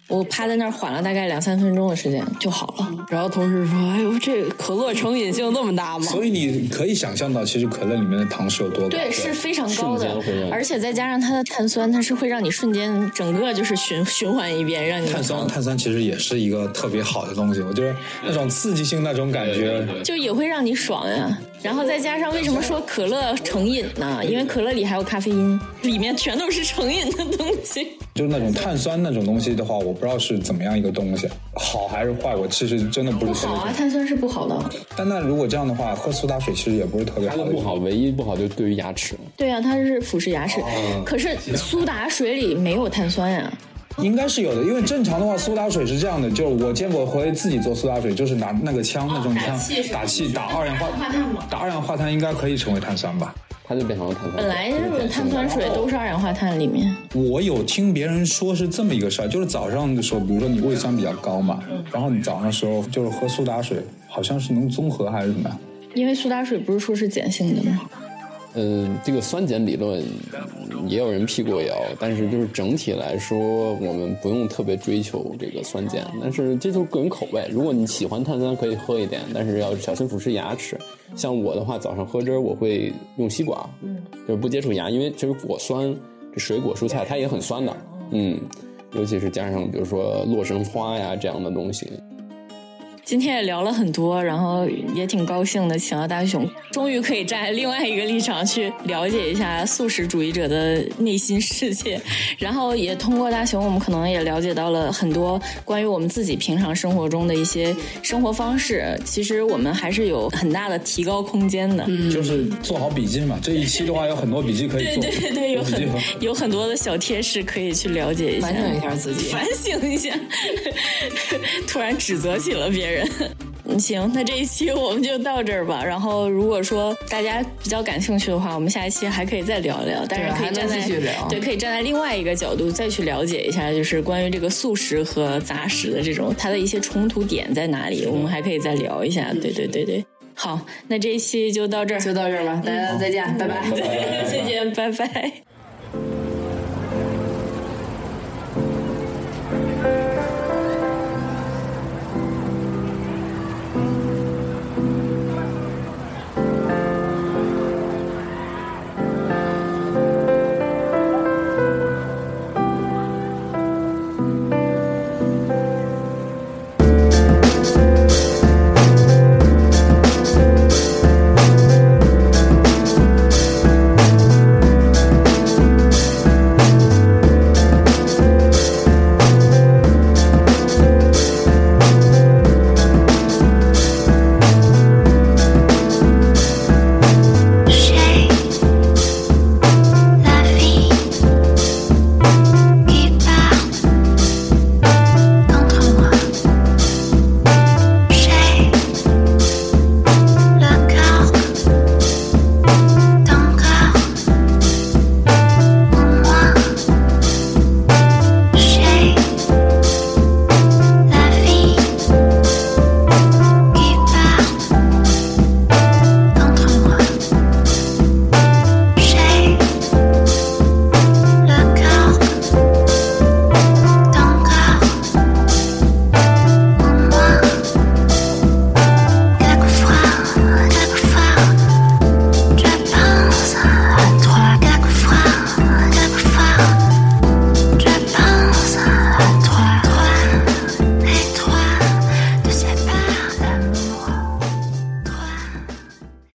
我趴在那儿缓了大概两三分钟的时间就好了。 然后同事说：“哎呦，这可乐成瘾性这么大吗？” 所以你可以想象到，其实可乐里面的糖是有多高。 对，是非常高的， 瞬而且再加上它的碳酸，它是会让你瞬间整个就是循循环一遍，让你碳酸碳酸其实也是一个特别好的东西，我觉得那种刺激性那种感觉， 就也会让你爽呀。然后再加上为什么说可乐成瘾呢？因为可乐里还有咖啡因，里面全都是成瘾的东西。 就是那种碳酸那种东西的话，我不知道是怎么样一个东西，好还是坏，我其实真的不是特别。 不好啊，碳酸是不好的。 但那如果这样的话，喝苏打水其实也不是特别好的。 它的不好，唯一不好就是对于牙齿。 对啊，它是腐蚀牙齿。哦、可是苏打水里没有碳酸呀。 应该是有的，因为正常的话，苏打水是这样的，就是我见过回自己做苏打水，就是拿那个枪，那种枪打气打二氧化打二氧化碳，应该可以成为碳酸吧？ 它就变成了碳酸。 本来这种碳酸水都是二氧化碳里面。 我有听别人说是这么一个事儿，就是早上的时候，比如说你胃酸比较高嘛，然后你早上的时候就是喝苏打水，好像是能综合还是怎么样？ 因为苏打水不是说是碱性的吗？ 嗯、呃，这个酸碱理论也有人辟过谣，但是就是整体来说，我们不用特别追求这个酸碱，但是这就是个人口味。如果你喜欢碳酸，可以喝一点，但是要小心腐蚀牙齿。像我的话，早上喝汁我会用吸管，嗯，就是不接触牙，因为其实果酸，这水果蔬菜它也很酸的，嗯，尤其是加上比如说洛神花呀这样的东西。 今天也聊了很多，然后也挺高兴的，请到大熊，终于可以站在另外一个立场去了解一下素食主义者的内心世界，然后也通过大熊，我们可能也了解到了很多关于我们自己平常生活中的一些生活方式，其实我们还是有很大的提高空间的。 嗯，就是做好笔记嘛，这一期的话有很多笔记可以做。 对对对，有很有很多的小贴士可以去了解一下， 反省一下自己， 反省一下，突然指责起了别人。嗯，行，那这一期我们就到这儿吧。然后，如果说大家比较感兴趣的话，我们下一期还可以再聊聊，但是可以站在对, 对，可以站在另外一个角度再去了解一下，就是关于这个素食和杂食的这种它的一些冲突点在哪里，我们还可以再聊一下。对对对对，好，那这一期就到这儿， 就到这儿吧，大家再见，拜拜， 再见，拜拜。